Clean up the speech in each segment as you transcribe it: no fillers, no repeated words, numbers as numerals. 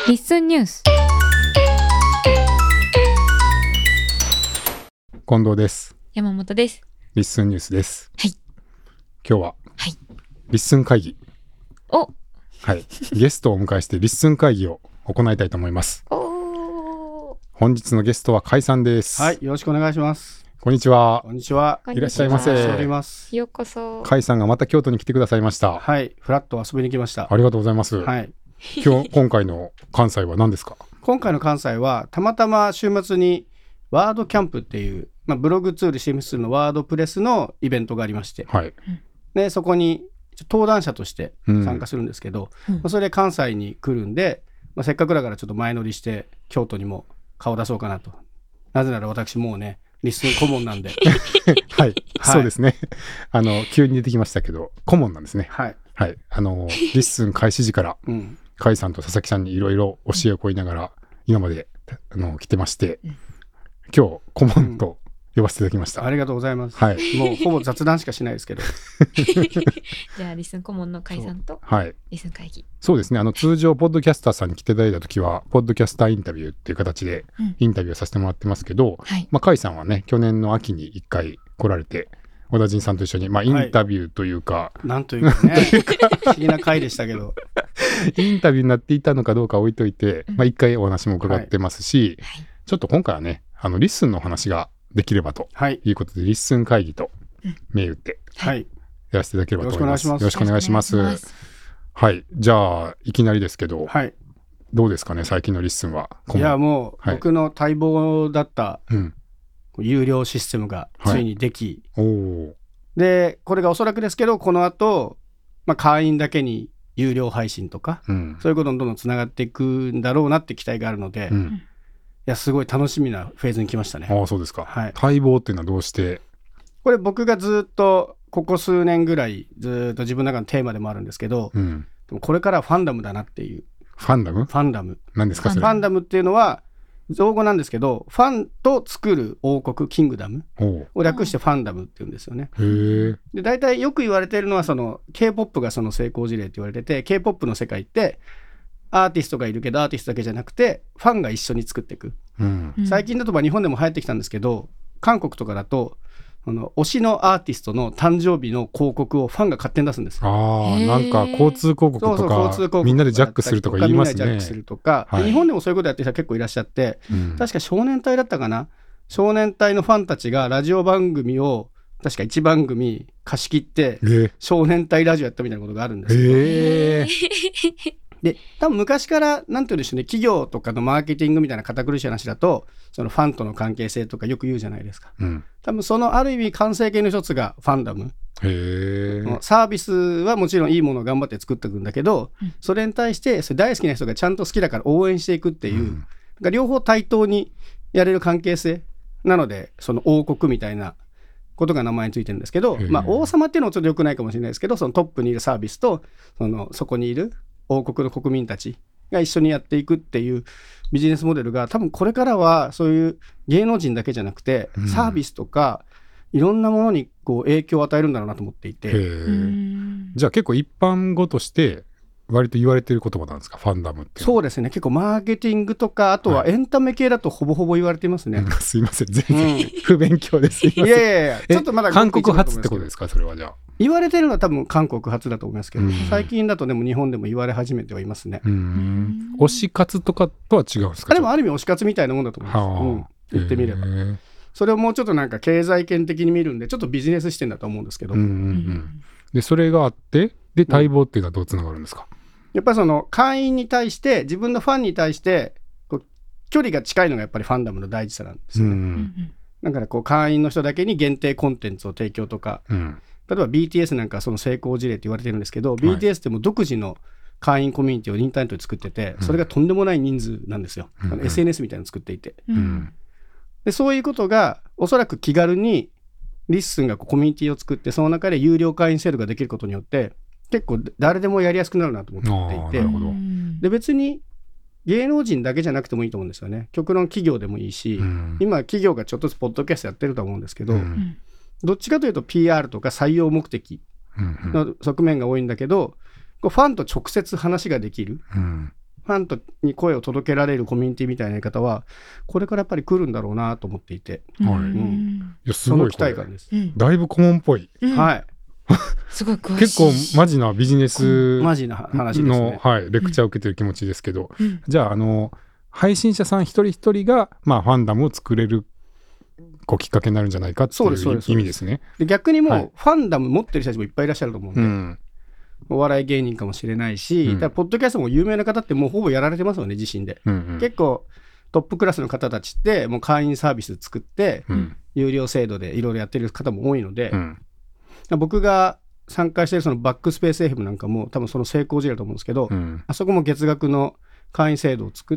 リッスンニュース。 近藤です。 山本です。 リッスンニュースです。 はい。 今日は、 はい、 リッスン会議。 お、 はい。ゲストをお迎えしてリッスン会議を行いたいと思います。本日のゲストは甲斐さんです。 はい、よろしくお願いします。 こんにちは。 こんにちは。 いらっしゃいませ。 ようこそ。 甲斐さんがまた京都に来てくださいました。 はい、フラッと遊びに来ました。 ありがとうございます。 はい。 今回の関西は何ですか？ 今回の関西はたまたま週末にワードキャンプっていう、ブログツール CMS のワードプレスのイベントがありまして、 はい、 でそこに登壇者として参加するんですけど、それで関西に来るんで、せっかくだからちょっと前乗りして京都にも顔出そうかなと。なぜなら私もうねリッスン顧問なんではい、そうですね。急に出てきましたけど顧問なんですね。 はい、 はい、リッスン開始時から、甲斐さんと佐々木さんにいろいろ教えを請いながら今まで来てまして、今日顧問と呼ばせていただきました。 ありがとうございます。 はい、 もうほぼ雑談しかしないですけどじゃあリッスン顧問の甲斐さんとリッスン会議。 そうですね。通常ポッドキャスターさんに来ていただいた時はポッドキャスターインタビューっていう形でインタビューさせてもらってますけど、甲斐さんはね去年の秋に1回来られて小田陣さんと一緒に、インタビューというか、 なんというかね不思議な回でしたけどインタビューになっていたのかどうか置いといて、1回お話も伺ってますし、ちょっと今回はねリッスンの話ができればということで、リッスン会議と銘打ってやらせていただければと思います。よろしくお願いします。はい、じゃあいきなりですけど、どうですかね最近のリッスンは。 いやもう、僕の待望だった、有料システムがついにでき、でこれがおそらくですけどこの後、会員だけに有料配信とか、そういうことにどんどんつながっていくんだろうなって期待があるので、いやすごい楽しみなフェーズに来ましたね。 ああそうですか。待望っていうのはどうして？ これ僕がずっとここ数年ぐらいずっと自分の中のテーマでもあるんですけど、でもこれからはファンダムだなっていう。 ファンダム？ファンダム何ですかそれ？ ファンダムっていうのは造語なんですけど、ファンと作る王国キングダムを略してファンダムっていうんですよね。で大体よく言われているのはその K-POP がその成功事例って言われてて、 K-POP の世界ってアーティストがいるけどアーティストだけじゃなくてファンが一緒に作っていく、最近だと日本でも流行ってきたんですけど、韓国とかだと推しのアーティストの誕生日の広告をファンが勝手に出すんです。 なんか交通広告とかみんなでジャックするとか言いますね。 みんなでジャックするとか、日本でもそういうことやってる人は結構いらっしゃって、確か少年隊だったかな、少年隊のファンたちがラジオ番組を確か1番組貸し切って少年隊ラジオやったみたいなことがあるんですけど、で多分昔からなんて言うんでしょうね、企業とかのマーケティングみたいな堅苦しい話だとそのファンとの関係性とかよく言うじゃないですか、多分そのある意味完成形の一つがファンダム。サービスはもちろんいいものを頑張って作っていくんだけど、それに対してそれ大好きな人がちゃんと好きだから応援していくっていう、両方対等にやれる関係性なので、その王国みたいなことが名前についてるんですけど、王様っていうのはちょっと良くないかもしれないですけど、そのトップにいるサービスとそこにいる王国の国民たちが一緒にやっていくっていうビジネスモデルが多分これからはそういう芸能人だけじゃなくて、サービスとかいろんなものにこう影響を与えるんだろうなと思っていて、 じゃあ結構一般語として割と言われてる言葉なんですか、ファンダムって。そうですね、結構マーケティングとかあとはエンタメ系だとほぼほぼ言われていますね。 すいません全然、不勉強ですいません。 いやちょっとまだ韓国発ってことですかそれは。じゃあ言われてるのは多分韓国発だと思いますけど、最近だとでも日本でも言われ始めてはいますね。 推し活とかとは違うんですか？ でもある意味推し活みたいなもんだと思います、言ってみれば。それをもうちょっとなんか経済圏的に見るんでちょっとビジネス視点だと思うんですけど、 でそれがあってで待望っていうのはどうつながるんですか？ やっぱりその会員に対して自分のファンに対してこう距離が近いのがやっぱりファンダムの大事さなんですよね。だからこう会員の人だけに限定コンテンツを提供とか、例えば BTS なんかその成功事例って言われてるんですけど、BTS ってもう独自の会員コミュニティをインターネットで作ってて、それがとんでもない人数なんですよ、SNS みたいなの作っていて、でそういうことがおそらく気軽にリッスンがコミュニティを作ってその中で有料会員制度ができることによって結構誰でもやりやすくなるなと思っていて、で別に芸能人だけじゃなくてもいいと思うんですよね。極論企業でもいいし、今企業がちょっとずつポッドキャストやってると思うんですけど、どっちかというと PR とか採用目的の側面が多いんだけど、ファンと直接話ができる、フファンに声を届けられるコミュニティみたいなやり方はこれからやっぱり来るんだろうなと思っていて、 はい、いやすごい期待感です、 だいぶ顧問っぽい、 はいすごい詳しい。 結構マジなビジネスマジな話ですね、 はい、レクチャーを受けてる気持ちですけど、じゃあ配信者さん一人一人が、ファンダムを作れるきっかけになるんじゃないかっていう意味ですね。 で逆にもうファンダム持ってる人たちもいっぱいいらっしゃると思うんで、お笑い芸人かもしれないし、だからポッドキャストも有名な方ってもうほぼやられてますよね自身で、結構トップクラスの方たちってもう会員サービス作って、有料制度でいろいろやってる方も多いので、僕が参加しているそのバックスペース FM なんかも多分その成功事例だと思うんですけど、あそこも月額の会員制度を作って、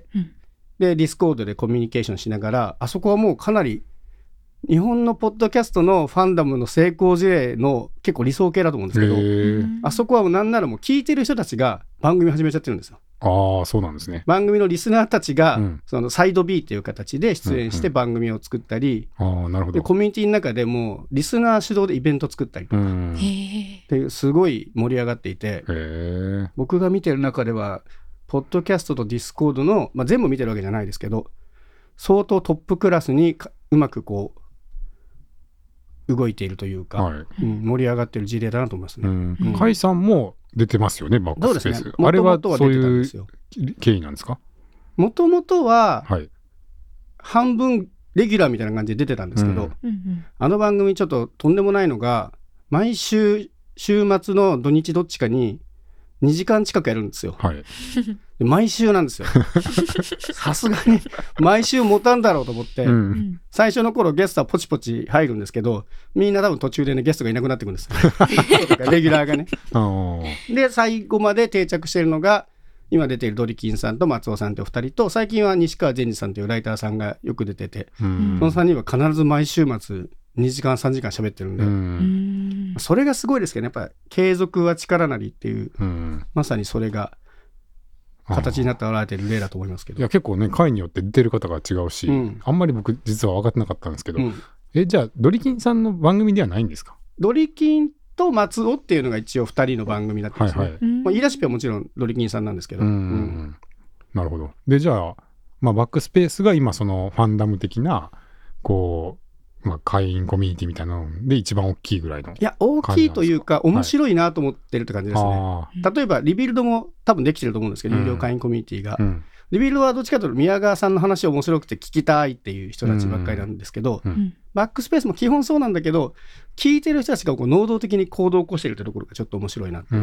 でディスコードでコミュニケーションしながら、あそこはもうかなり日本のポッドキャストのファンダムの成功事例の結構理想形だと思うんですけど、あそこはなんならもう聞いてる人たちが番組始めちゃってるんですよ。 ああ、そうなんですね。 番組のリスナーたちが、そのサイド B という形で出演して番組を作ったり、 なるほど。 でコミュニティの中でもリスナー主導でイベント作ったりとかっていうすごい盛り上がっていて、僕が見てる中ではポッドキャストとディスコードの、全部見てるわけじゃないですけど、相当トップクラスにうまくこう動いているというか、盛り上がっている事例だなと思いますね。 甲斐さんも出てますよね、バックスペース。あれはそういう経緯なんですか？ もともとは半分レギュラーみたいな感じで出てたんですけど、あの番組ちょっととんでもないのが、毎週週末の土日どっちかに2時間近くやるんですよ、毎週なんですよさすがに毎週持たんだろうと思って、最初の頃ゲストはポチポチ入るんですけど、みんな多分途中でねゲストがいなくなってくるんですレギュラーがねで最後まで定着しているのが今出ているドリキンさんと松尾さんという2人と、最近は西川善治さんというライターさんがよく出てて、その3人は必ず毎週末2時間3時間喋ってるんで、それがすごいですけどね、やっぱ継続は力なりっていう、まさにそれが形になって現れている例だと思いますけど。 いや結構ね回によって出てる方が違うし、あんまり僕実は分かってなかったんですけど、じゃあドリキンさんの番組ではないんですか？ ドリキンと松尾っていうのが一応2人の番組だったんですね。言い出しっぺはもちろんドリキンさんなんですけど。 なるほど。でじゃあ、バックスペースが今そのファンダム的なこう、会員コミュニティみたいなので一番大きいぐらいの。 いや大きいというか面白いなと思ってるって感じですね。例えばリビルドも多分できてると思うんですけど、有料会員コミュニティが、リビルドはどっちかというと宮川さんの話面白くて聞きたいっていう人たちばっかりなんですけど、バックスペースも基本そうなんだけど、聞いてる人たちがこう能動的に行動を起こしているというところがちょっと面白いなっていう。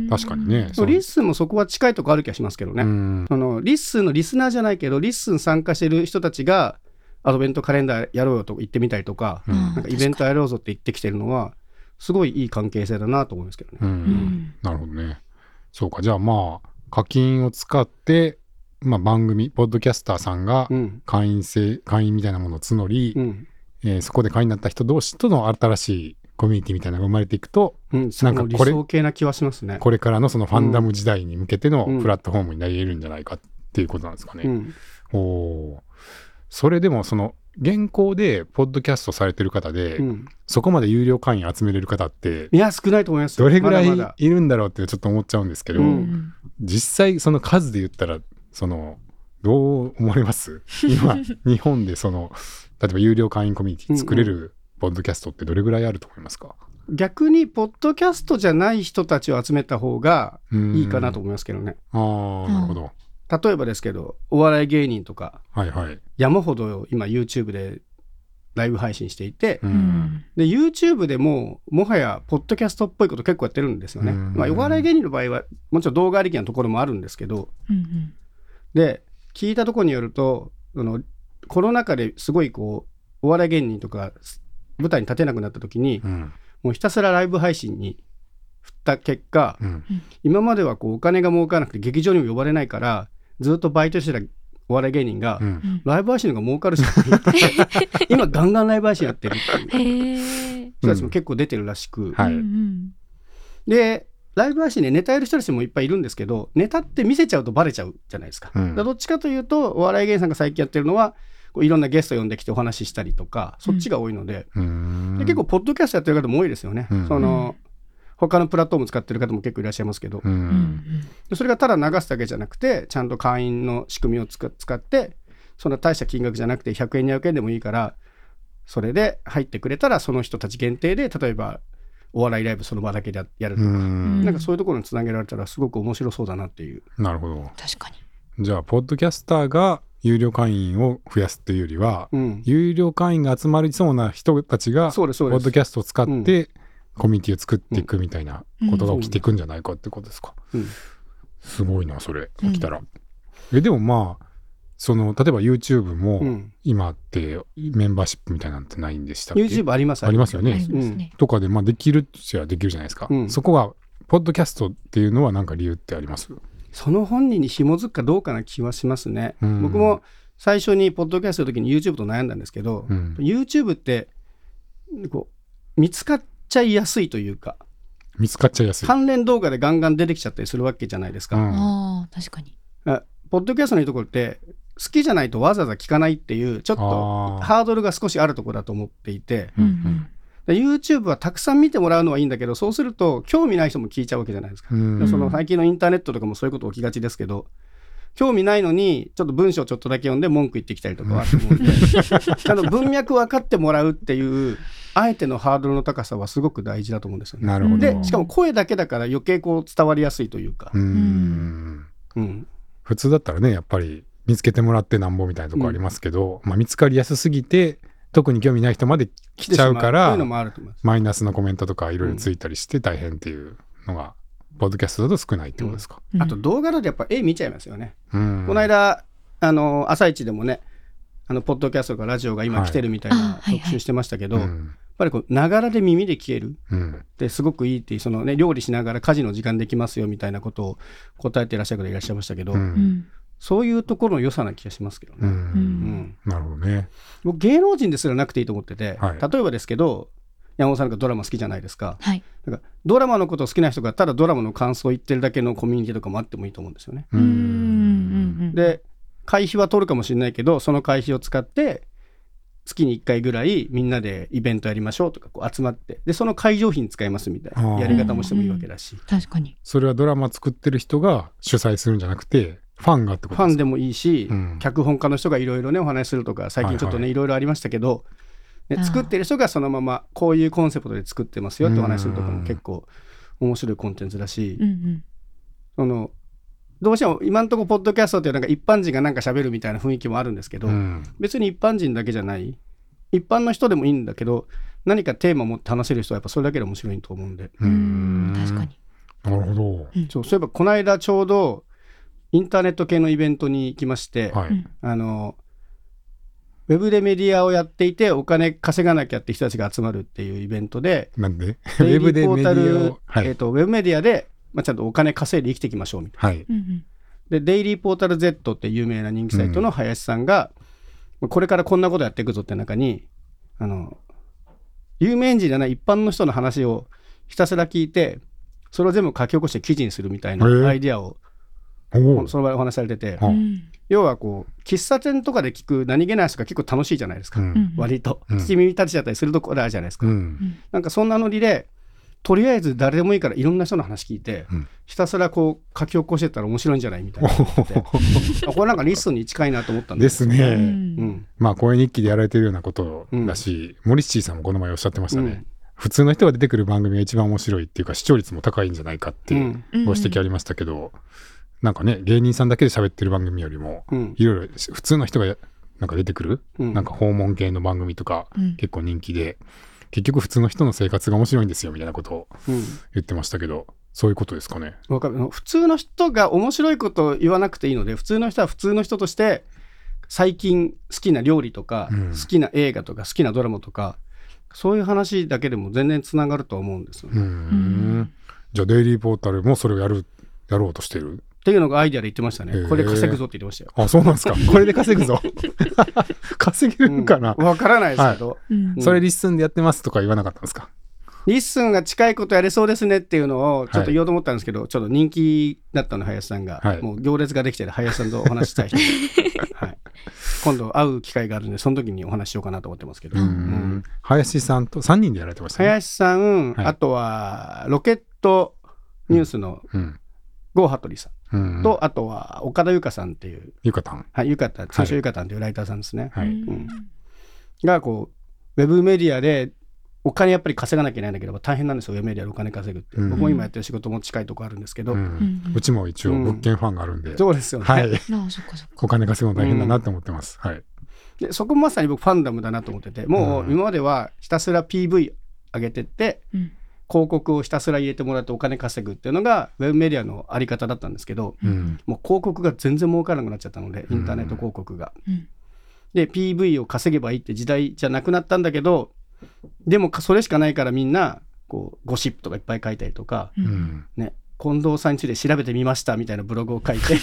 確かにね。 リッスンもそこは近いところある気がしますけどね。そのリッスンのリスナーじゃないけどリッスン参加してる人たちがアドベントカレンダーやろうよと言ってみたりとか、なんかイベントやろうぞって言ってきてるのはすごいいい関係性だなと思いますけどね。 なるほどね。そうか。じゃあ課金を使って番組ポッドキャスターさんが会員みたいなものを募り、そこで会員になった人同士との新しいコミュニティみたいなのが生まれていくと、 なんか理想系な気はしますね。 これからのそのファンダム時代に向けてのプラットフォームになり得るんじゃないかっていうことなんですかね。それでもその現行でポッドキャストされてる方で、そこまで有料会員集めれる方っていや少ないと思います。 どれぐらいいるんだろうってちょっと思っちゃうんですけど、実際その数で言ったらどう思われます？今日本でその例えば有料会員コミュニティ作れるポッドキャストってどれぐらいあると思いますか？ 逆にポッドキャストじゃない人たちを集めた方がいいかなと思いますけどね。 なるほど。 例えばですけどお笑い芸人とか、山ほど今 YouTube でライブ配信していて、で YouTube でもはやポッドキャストっぽいこと結構やってるんですよね。お笑い芸人の場合はもちろん動画ありきなところもあるんですけど、で聞いたところによるとコロナ禍ですごいこうお笑い芸人とか舞台に立てなくなった時に、もうひたすらライブ配信に振った結果、今まではこうお金が儲からなくて劇場にも呼ばれないからずっとバイトしてたお笑い芸人が、ライブ配信の方が儲かるし今ガンガンライブ配信やってるっていう人たちも結構出てるらしく、でライブ配信でネタやる人たちもいっぱいいるんですけど、ネタって見せちゃうとバレちゃうじゃないですか。どっちかというとお笑い芸人さんが最近やってるのはこういろんなゲスト呼んできてお話ししたりとか、そっちが多いので、で結構ポッドキャストやってる方も多いですよね。 他のプラットフォーム使ってる方も結構いらっしゃいますけど、それがただ流すだけじゃなくてちゃんと会員の仕組みを使ってそんな大した金額じゃなくて100円200円でもいいからそれで入ってくれたらその人たち限定で例えばお笑いライブその場だけでやるとかなんかそういうところにつなげられたらすごく面白そうだなっていう。 なるほど。 確かに。 じゃあポッドキャスターが有料会員を増やすっていうよりは、有料会員が集まりそうな人たちがポッドキャストを使ってコミュニティを作っていくみたいなことが起きていくんじゃないかってことですか。すごいなそれ起きたら。でもまあその例えば YouTube も今ってメンバーシップみたいなんてないんでしたっけ？ YouTube ありますよね、とかでまあできるっちゃできるじゃないですか、そこはポッドキャストっていうのは何か理由ってあります？ その本人に紐づくかどうかな気はしますね、僕も最初にポッドキャストの時に YouTube と悩んだんですけど、YouTube ってこう見つかっちゃいやすいというか見つかっちゃいやすい関連動画でガンガン出てきちゃったりするわけじゃないですか、 確かにポッドキャストのいいところって好きじゃないとわざわざ聞かないっていうちょっとハードルが少しあるところだと思っていて、YouTube はたくさん見てもらうのはいいんだけどそうすると興味ない人も聞いちゃうわけじゃないですか、その最近のインターネットとかもそういうこと起きがちですけど興味ないのにちょっと文章ちょっとだけ読んで文句言ってきたりとかはあると思うんでちゃんと文脈分かってもらうっていうあえてのハードルの高さはすごく大事だと思うんですよね。 なるほど。 でしかも声だけだから余計こう伝わりやすいというか、 普通だったらねやっぱり見つけてもらってなんぼみたいなとこありますけど、見つかりやすすぎて特に興味ない人まで来ちゃうからマイナスのコメントとかいろいろついたりして大変っていうのがポッドキャストだと少ないってことですか。 あと動画だとやっぱ絵見ちゃいますよね、この間朝一でもねポッドキャストとかラジオが今来てるみたいな特集してましたけど、やっぱりこうながらで耳で聞けるってすごくいいっていうその、ね、料理しながら家事の時間できますよみたいなことを答えていらっしゃる方いらっしゃいましたけど、そういうところの良さな気がしますけどね。 なるほどね。 僕芸能人ですらなくていいと思ってて、例えばですけど山本さんがドラマ好きじゃないですか、だからドラマのことを好きな人がただドラマの感想を言ってるだけのコミュニティとかもあってもいいと思うんですよね。で会費は取るかもしれないけどその会費を使って月に1回ぐらいみんなでイベントやりましょうとかこう集まってでその会場費に使いますみたいなやり方もしてもいいわけだし、 確かにそれはドラマ作ってる人が主催するんじゃなくてファンがってことですか？ ファンでもいいし、脚本家の人がいろいろねお話しするとか最近ちょっとねいろいろありましたけど、作ってる人がそのままこういうコンセプトで作ってますよってお話するとかも結構面白いコンテンツだし、どうしても今のところポッドキャストってなんか一般人がなんか喋るみたいな雰囲気もあるんですけど、別に一般人だけじゃない一般の人でもいいんだけど何かテーマを持って話せる人はやっぱそれだけで面白いと思うんで。 確かに。 なるほど。 そういえばこの間ちょうどインターネット系のイベントに行きまして、ウェブでメディアをやっていてお金稼がなきゃって人たちが集まるっていうイベントで、 なんでデイリーポータルウェブメディアで、ちゃんとお金稼いで生きていきましょうみたいな、でデイリーポータル Z って有名な人気サイトの林さんが、これからこんなことやっていくぞって中に有名人じゃない一般の人の話をひたすら聞いてそれを全部書き起こして記事にするみたいなアイディアをその場でお話しされてて、要はこう喫茶店とかで聞く何気ない人が結構楽しいじゃないですか、割と聞き耳立ちだったりするところあるじゃないですか、なんかそんなノリでとりあえず誰でもいいからいろんな人の話聞いて、ひたすらこう書き起こしてたら面白いんじゃないみたいなこれなんかリストに近いなと思ったんですね。声日記でやられてるようなことだし、モリッチーさんもこの前おっしゃってましたね、普通の人が出てくる番組が一番面白いっていうか視聴率も高いんじゃないかっていうご指摘ありましたけど、なんかね芸人さんだけで喋ってる番組よりもいろいろ普通の人がなんか出てくる、なんか訪問系の番組とか結構人気で、結局普通の人の生活が面白いんですよみたいなことを言ってましたけど、そういうことですかね。 普通の人が面白いことを言わなくていいので、普通の人は普通の人として最近好きな料理とか、好きな映画とか好きなドラマとかそういう話だけでも全然つながると思うんですよね。 じゃあデイリーポータルもそれをやろうとしてるっていうのがアイデアで言ってましたね。これで稼ぐぞって言ってましたよ。 あ、そうなんですか。これで稼ぐぞ稼げるかな、 わからないですけど、 それリッスンでやってますとか言わなかったんですか？ リッスンが近いことやれそうですねっていうのをちょっと言おうと思ったんですけど、ちょっと人気だったの林さんが、もう行列ができてる林さんとお話したい人今度会う機会があるんでその時にお話しようかなと思ってますけど、 林さんと3人でやられてましたね。 林さん、あとはロケットニュースの郷羽鳥さんと、あとは岡田由香さんっていうゆかたん、 はい、通称ゆかたんというライターさんですね、がこうウェブメディアでお金やっぱり稼がなきゃいけないんだけど大変なんですよ、ウェブメディアでお金稼ぐって、僕も今やってる仕事も近いところあるんですけど、 うちも一応物件ファンがあるんで、 そうですよね、 お金稼ぐの大変だなって思ってます、 でそこもまさに僕ファンダムだなと思ってて、もう今まではひたすら PV 上げてって、広告をひたすら入れてもらってお金稼ぐっていうのがウェブメディアのあり方だったんですけど、もう広告が全然儲からなくなっちゃったので、インターネット広告が、で PV を稼げばいいって時代じゃなくなったんだけど、でもそれしかないからみんなこうゴシップとかいっぱい書いたりとか、ね、近藤さんについて調べてみましたみたいなブログを書いて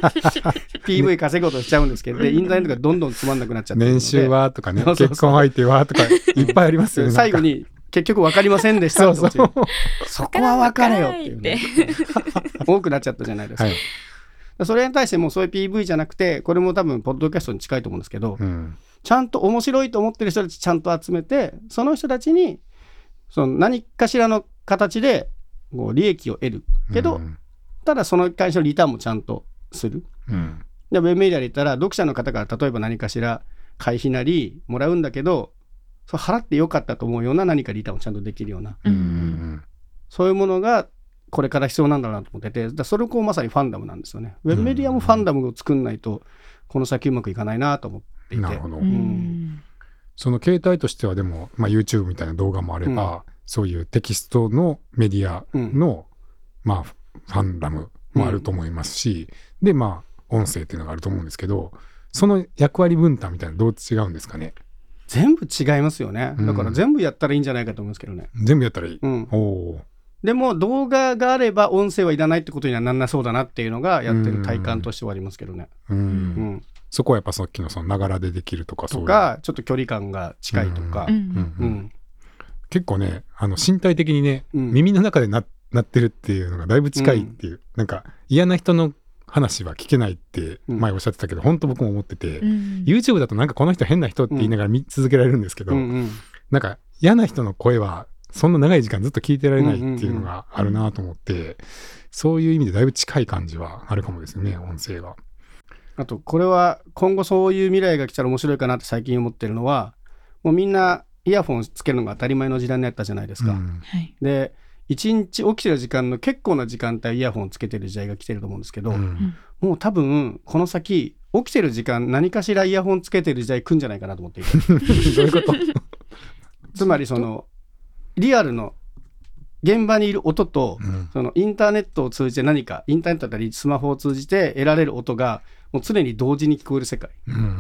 PV 稼ごうとしちゃうんですけど、でインターネットがどんどんつまんなくなっちゃってるので、 年収はとかね、結婚相手はとかいっぱいありますよね。 最後に結局分かりませんでしたそこは分かれよっていうね多くなっちゃったじゃないですか、それに対してもうそういう PV じゃなくて、これも多分ポッドキャストに近いと思うんですけど、ちゃんと面白いと思ってる人たちちゃんと集めて、その人たちにその何かしらの形でこう利益を得るけど、ただその会社のリターンもちゃんとする、でウェブメディアで言ったら読者の方から例えば何かしら会費なりもらうんだけど、それ払ってよかったと思うような何かリターンをちゃんとできるような、そういうものがこれから必要なんだなと思ってて、それをこうまさにファンダムなんですよね。ウェブメディアもファンダムを作んないとこの先うまくいかないなと思っていて。 なるほど、その形態としてはでも、YouTube みたいな動画もあれば、そういうテキストのメディアの、ファンダムもあると思いますし、で音声っていうのがあると思うんですけど、その役割分担みたいなのどう違うんですかね。 全部違いますよね。だから全部やったらいいんじゃないかと思うんですけどね。 全部やったらいい、 でも動画があれば音声はいらないってことにはなんなそうだなっていうのがやってる体感としてはありますけどね。 そこはやっぱさっきのそのながらでできるとか、そういうとかちょっと距離感が近いとか、 結構ね身体的にね、耳の中でなってるっていうのがだいぶ近いっていう、なんか嫌な人の話は聞けないって前おっしゃってたけど、本当僕も思ってて、YouTube だとなんかこの人変な人って言いながら見続けられるんですけど、なんか嫌な人の声はそんな長い時間ずっと聞いてられないっていうのがあるなと思って、そういう意味でだいぶ近い感じはあるかもですね、音声が。 あとこれは今後そういう未来が来たら面白いかなって最近思ってるのは、もうみんなイヤホンつけるのが当たり前の時代になったじゃないですか、で1日起きてる時間の結構な時間帯イヤホンつけてる時代が来てると思うんですけど、もう多分この先起きてる時間何かしらイヤホンつけてる時代来るんじゃないかなと思っていてどういうことつまりそのリアルの現場にいる音と、そのインターネットを通じて何かインターネットだったりスマホを通じて得られる音がもう常に同時に聞こえる世界、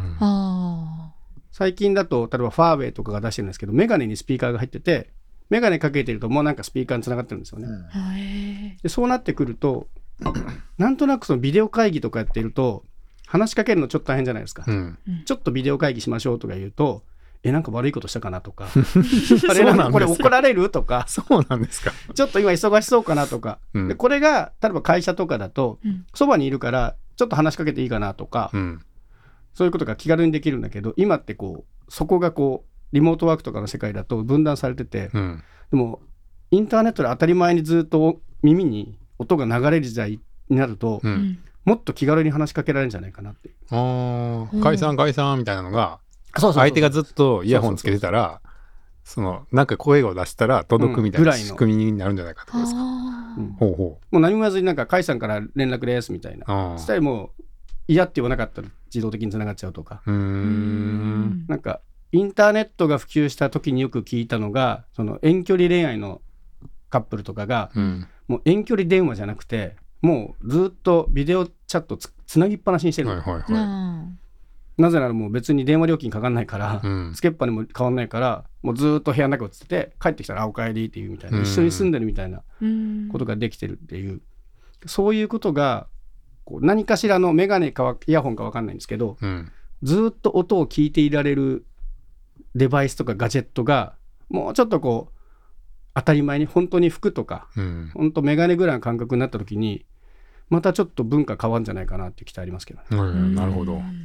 最近だと例えばファーウェイとかが出してるんですけど、メガネにスピーカーが入っててメガネかけてるともうなんかスピーカーにつながってるんですよね、でそうなってくるとなんとなくそのビデオ会議とかやってると話しかけるのちょっと大変じゃないですか、ちょっとビデオ会議しましょうとか言うとなんか悪いことしたかなとかあれなんかこれ怒られるとかそうなんですかちょっと今忙しそうかなとか、でこれが例えば会社とかだとそばにいるからちょっと話しかけていいかなとか、そういうことが気軽にできるんだけど、今ってこうそこがこうリモートワークとかの世界だと分断されてて、でもインターネットで当たり前にずっと耳に音が流れる時代になると、もっと気軽に話しかけられるんじゃないかなって。 解散解散みたいなのが相手がずっとイヤホンつけてたら、そのなんか声を出したら届くみたいな仕組みになるんじゃないかってことですか。 もう何も言わずになんか甲斐さんから連絡ですみたいな、そしたらもう嫌って言わなかったら自動的につながっちゃうとか、なんかインターネットが普及した時によく聞いたのが、その遠距離恋愛のカップルとかが、もう遠距離電話じゃなくてもうずっとビデオチャット つなぎっぱなしにしてる、なぜならもう別に電話料金かかんないから、つけっぱにも変わんないから、もうずっと部屋の中映ってて帰ってきたらお帰りっていうみたいな、一緒に住んでるみたいなことができてるっていう、そういうことがこう何かしらのメガネかイヤホンか分かんないんですけど、ずっと音を聞いていられるデバイスとかガジェットがもうちょっとこう当たり前に本当に服とか、本当メガネぐらいの感覚になった時にまたちょっと文化変わるんじゃないかなっていう期待ありますけどね。 なるほど。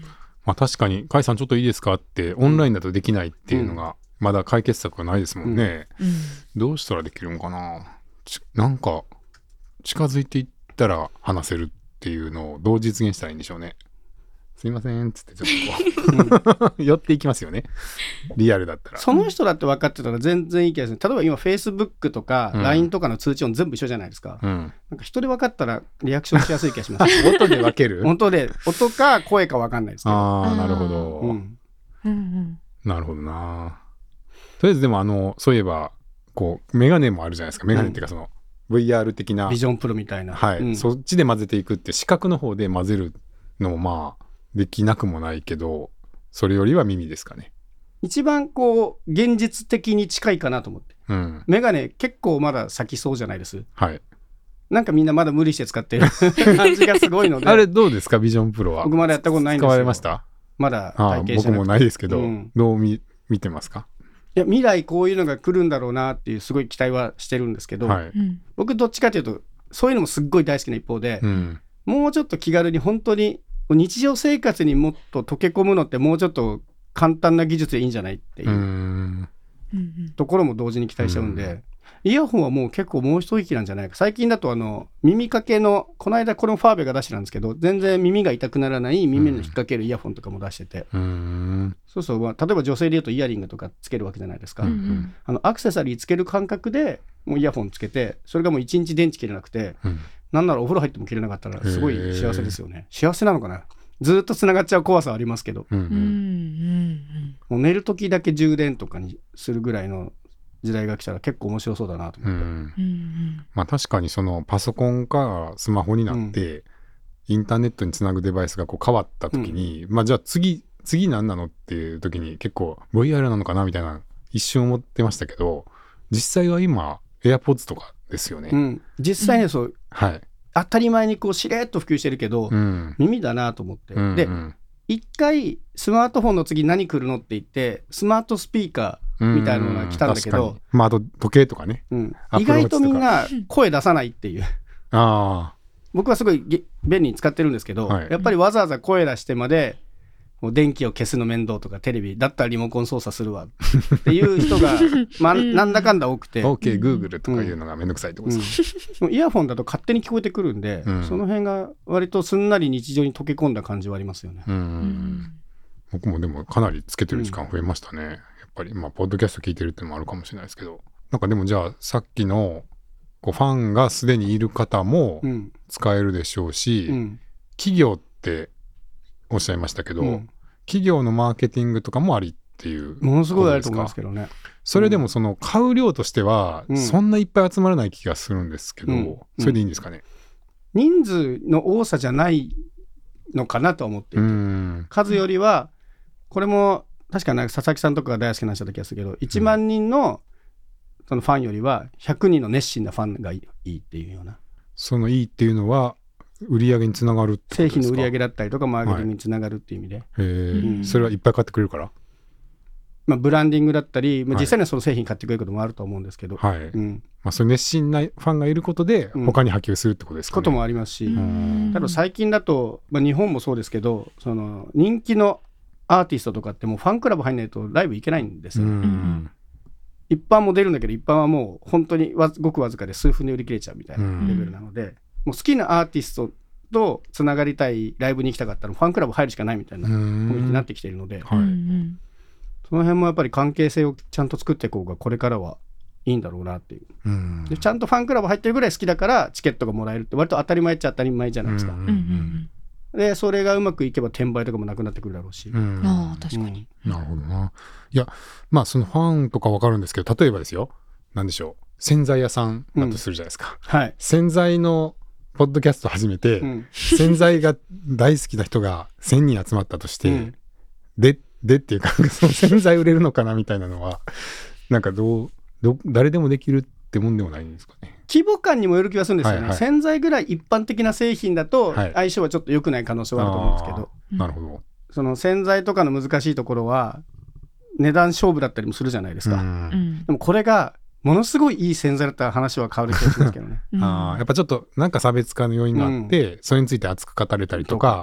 まあ確かに、甲斐さんちょっといいですかってオンラインだとできないっていうのが、まだ解決策がないですもんね。どうしたらできるのかな。なんか近づいていったら話せるっていうのをどう実現したらいいんでしょうね。すいませんっつってちょっとこう寄っていきますよね、リアルだったら。 その人だって分かってたら全然いい気がする。例えば今 Facebook とか LINE とかの通知音全部一緒じゃないですか、なんか人で分かったらリアクションしやすい気がします音で分ける音か声か分かんないですけど。 ああ、なるほど、なるほどな。とりあえずでもそういえばこうメガネもあるじゃないですか。メガネっていうかその VR 的なビジョンプロみたいな、 はい、そっちで混ぜていくって視覚の方で混ぜるのもまあできなくもないけど、それよりは耳ですかね。 一番こう現実的に近いかなと思って、メガネ結構まだ先そうじゃないです。 はい。 なんかみんなまだ無理して使ってる感じがすごいのであれどうですかビジョンプロは。 僕まだやったことないんですよ。 使われました？ まだ体験してなくて。 僕もないですけど、どう見てますか？ いや未来こういうのが来るんだろうなっていうすごい期待はしてるんですけど、僕どっちかというとそういうのもすっごい大好きな一方で、もうちょっと気軽に本当に日常生活にもっと溶け込むのってもうちょっと簡単な技術でいいんじゃないっていうところも同時に期待しちゃうんで、イヤホンはもう結構もう一息なんじゃないか。最近だと耳掛けのこの間これもファーベが出してたんですけど、全然耳が痛くならない耳の引っ掛けるイヤホンとかも出してて、そうそう、例えば女性でいうとイヤリングとかつけるわけじゃないですか、アクセサリーつける感覚でもうイヤホンつけて、それがもう1日電池切れなくて、なんならお風呂入っても切れなかったらすごい幸せですよね。幸せなのかな。ずっとつながっちゃう怖さはありますけど、もう寝る時だけ充電とかにするぐらいの時代が来たら結構面白そうだなと思って、 まあ確かにそのパソコンからスマホになって、インターネットにつなぐデバイスがこう変わった時に、まあじゃあ次何なのっていう時に結構 VR なのかなみたいな一瞬思ってましたけど、実際は今 AirPods とかですよね、 実際にそう、 はい、 当たり前にこうしれっと普及してるけど、耳だなと思って、で一回スマートフォンの次何来るのって言ってスマートスピーカーみたいなのが来たんだけど、 まあ、あと時計とかね、 意外とみんな声出さないっていう僕はすごい便利に使ってるんですけど、やっぱりわざわざ声出してまでもう電気を消すの面倒とかテレビだったらリモコン操作するわっていう人がなんだかんだ多くて OK Google とかいうのがめんどくさいってことですか、 イヤホンだと勝手に聞こえてくるんで、その辺が割とすんなり日常に溶け込んだ感じはありますよね。 僕もでもかなりつけてる時間増えましたね、やっぱりポッドキャスト聞いてるっていうのもあるかもしれないですけど、なんかでもじゃあさっきのこうファンがすでにいる方も使えるでしょうし、企業っておっしゃいましたけど、企業のマーケティングとかもありっていうものすごいあると思いますけどね。 それでもその買う量としてはそんないっぱい集まらない気がするんですけど、それでいいんですかね。 人数の多さじゃないのかなと思っていて、数よりはこれも確かに佐々木さんとかが大好きな話だった気がするけど、1万人のそのファンよりは100人の熱心なファンがいいっていうような、 そのいいっていうのは売り上げにつながるってことですか？ 製品の売り上げだったりとかマーケティングにつながるっていう意味で、 それはいっぱい買ってくれるから、 ブランディングだったり、実際にはその製品買ってくれることもあると思うんですけど、そういう熱心なファンがいることで他に波及するってことですかね。 こともありますし、ただ最近だと、日本もそうですけど、その人気のアーティストとかってもうファンクラブ入んないとライブ行けないんですよ。一般も出るんだけど、一般はもう本当にごくわずかで数分で売り切れちゃうみたいなレベルなので、もう好きなアーティストとつながりたい、ライブに行きたかったらファンクラブ入るしかないみたいなコミュニティになってきているので、その辺もやっぱり関係性をちゃんと作っていこうがこれからはいいんだろうなっていう、でちゃんとファンクラブ入ってるぐらい好きだからチケットがもらえるって割と当たり前っちゃ当たり前じゃないですか。でそれがうまくいけば転売とかもなくなってくるだろうし、 確かに、 なるほどな。いやそのファンとか分かるんですけど、例えばですよ、なんでしょう、洗剤屋さんだとするじゃないですか、洗剤のポッドキャスト始めて、洗剤が大好きな人が1000人集まったとして、でっていうかその洗剤売れるのかなみたいなのはなんか誰でもできるってもんでもないんですかね。 規模感にもよる気がするんですよね、洗剤ぐらい一般的な製品だと相性はちょっと良くない可能性はあると思うんですけど、 なるほど。 その洗剤とかの難しいところは値段勝負だったりもするじゃないですか、でもこれがものすごいいい洗剤だったら話は変わる気がしますけどね。 やっぱちょっとなんか差別化の要因があって、それについて熱く語れたりとか、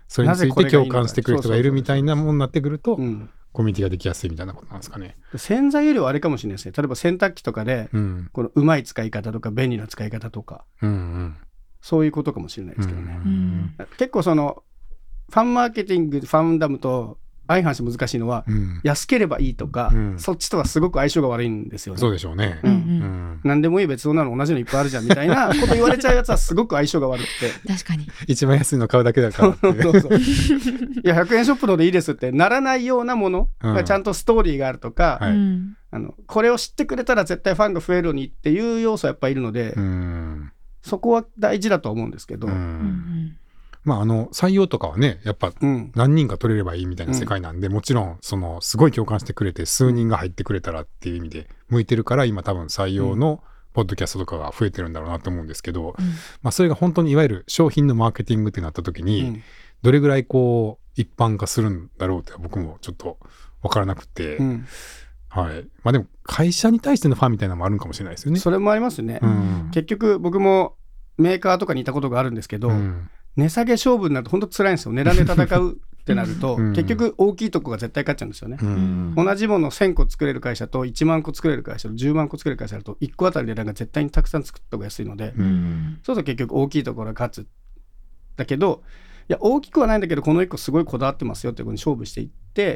それについて共感してくる人がいるみたいなものになってくると、コミュニティができやすいみたいなことなんですかね。 洗剤よりはあれかもしれないですね。例えば洗濯機とかで、このうまい使い方とか便利な使い方とか、そういうことかもしれないですけどね。結構そのファンマーケティング、ファンダムと相反して難しいのは、安ければいいとか、そっちとはすごく相性が悪いんですよね。 そうでしょうね。 何でもいい別に同じのいっぱいあるじゃんみたいなこと言われちゃうやつはすごく相性が悪くて確かに一番安いの買うだけだからっていや100円ショップのでいいですってならないようなものがちゃんとストーリーがあるとか、これを知ってくれたら絶対ファンが増えるのにっていう要素はやっぱりいるので、そこは大事だと思うんですけど、 まあ、採用とかはねやっぱ何人か取れればいいみたいな世界なんで、もちろんそのすごい共感してくれて数人が入ってくれたらっていう意味で向いてるから今多分採用のポッドキャストとかが増えてるんだろうなと思うんですけど、まあ、それが本当にいわゆる商品のマーケティングってなった時にどれぐらいこう一般化するんだろうって僕もちょっと分からなくて、はい、まあでも会社に対してのファンみたいなのもあるんかもしれないですよね。 それもありますね、結局僕もメーカーとかにいたことがあるんですけど、値下げ勝負になると本当辛いんですよ。値段で戦うってなると結局大きいとこが絶対勝っちゃうんですよね。同じもの1000個作れる会社と1万個作れる会社と10万個作れる会社だと1個あたり値段が絶対にたくさん作った方が安いので、そうすると結局大きいところが勝つ。だけどいや大きくはないんだけどこの1個すごいこだわってますよっていうことに勝負していって、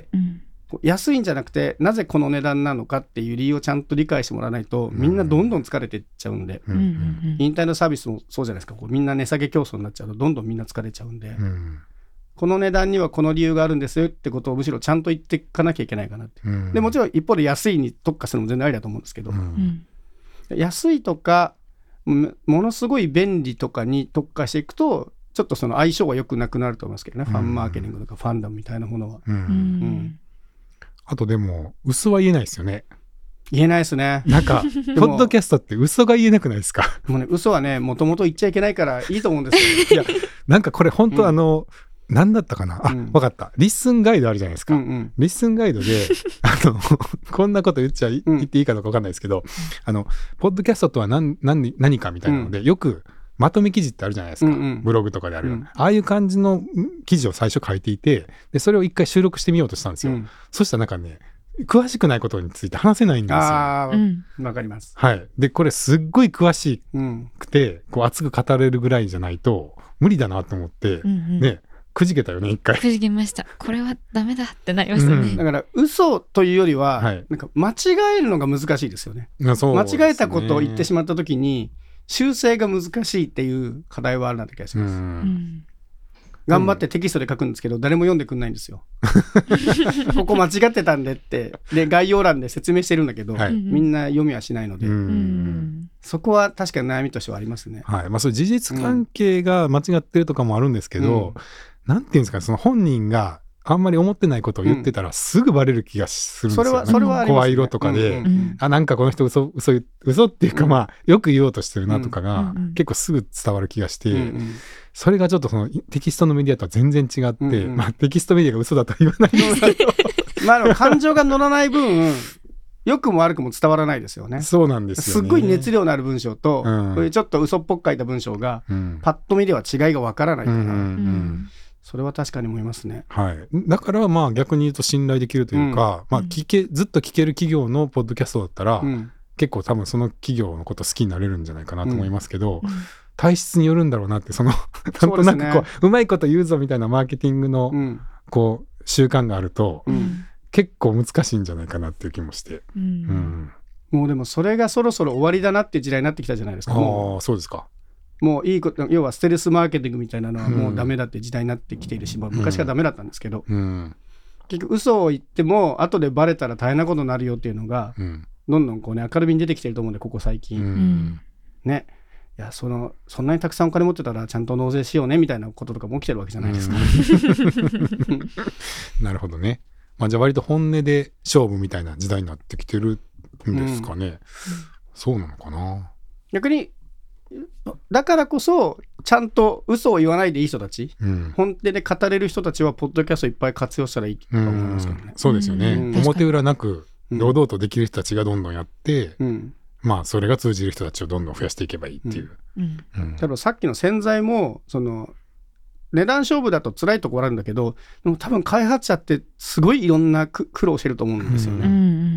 安いんじゃなくてなぜこの値段なのかっていう理由をちゃんと理解してもらわないとみんなどんどん疲れていっちゃうんで、インターネットサービスもそうじゃないですか。こうみんな値下げ競争になっちゃうとどんどんみんな疲れちゃうんで、この値段にはこの理由があるんですよってことをむしろちゃんと言っていかなきゃいけないかなって、でもちろん一方で安いに特化するのも全然ありだと思うんですけど、安いとかものすごい便利とかに特化していくとちょっとその相性は良くなくなると思いますけどね、ファンマーケティングとかファンダムみたいなものは。 あとでも嘘は言えないですよね。 言えないですね。 なんかポッドキャストって嘘が言えなくないですか。 もうね、嘘はねもともと言っちゃいけないからいいと思うんですよ。 いやなんかこれ本当何だったかな、分かった、リッスンガイドあるじゃないですか、リッスンガイドでこんなこと言っていいかどうか分かんないですけど、ポッドキャストとは何かみたいなので、よくまとめ記事ってあるじゃないですか、ブログとかであるような、ああいう感じの記事を最初書いていて、でそれを一回収録してみようとしたんですよ、そしたらなんかね詳しくないことについて話せないんですよ。 わかります。 はい。でこれすっごい詳しくて、こう熱く語れるぐらいじゃないと無理だなと思って、ねくじけたよね一回。 くじけました。これはダメだってなりましたね。 だから嘘というよりは、なんか間違えるのが難しいですよね。間違えたことを言ってしまった時に修正が難しいっていう課題はあるなって気がします。頑張ってテキストで書くんですけど、誰も読んでくんないんですよ。ここ間違ってたんでってで概要欄で説明してるんだけど、みんな読みはしないので、そこは確かに悩みとしてはありますね。 はい。まあそういう事実関係が間違ってるとかもあるんですけど、なんていうんですかね、その本人があんまり思ってないことを言ってたらすぐバレる気がするんですよね。 それはありますね。 声色とかで、なんかこの人嘘っていうか、まあよく言おうとしてるなとかが結構すぐ伝わる気がして、それがちょっとそのテキストのメディアとは全然違って、まあテキストメディアが嘘だとは言わないですけどまあ感情が乗らない分良くも悪くも伝わらないですよね。 そうなんですよね。 すっごい熱量のある文章と、こういうちょっと嘘っぽく書いた文章が、パッと見では違いがわからないから、それは確かに思いますね。 はい。だからまあ逆に言うと信頼できるというか、まあずっと聞ける企業のポッドキャストだったら、結構多分その企業のこと好きになれるんじゃないかなと思いますけど、体質によるんだろうなって、なんとなくこううまいこと言うぞみたいなマーケティングのこう習慣があると、結構難しいんじゃないかなっていう気もして、 もうでもそれがそろそろ終わりだなっていう時代になってきたじゃないですか。 そうですか。 もういいこと、要はステルスマーケティングみたいなのはもうダメだって時代になってきているし、昔からダメだったんですけど、結局嘘を言っても後でバレたら大変なことになるよっていうのが、どんどんこうね明るみに出てきてると思うんで、ここ最近、ね、いやそんなにたくさんお金持ってたらちゃんと納税しようねみたいなこととかも起きてるわけじゃないですか。 なるほどね。まあ、じゃあ割と本音で勝負みたいな時代になってきてるんですかね。そうなのかな。 逆にだからこそちゃんと嘘を言わないでいい人たち、本音で語れる人たちはポッドキャストいっぱい活用したらいいと思いますけどね。 そうですよね。表裏なく堂々とできる人たちがどんどんやって、まあそれが通じる人たちをどんどん増やしていけばいいっていう。 例えばさっきの洗剤も値段勝負だと辛いところあるんだけど、でも多分開発者ってすごいいろんな苦労してると思うんですよね、 うん、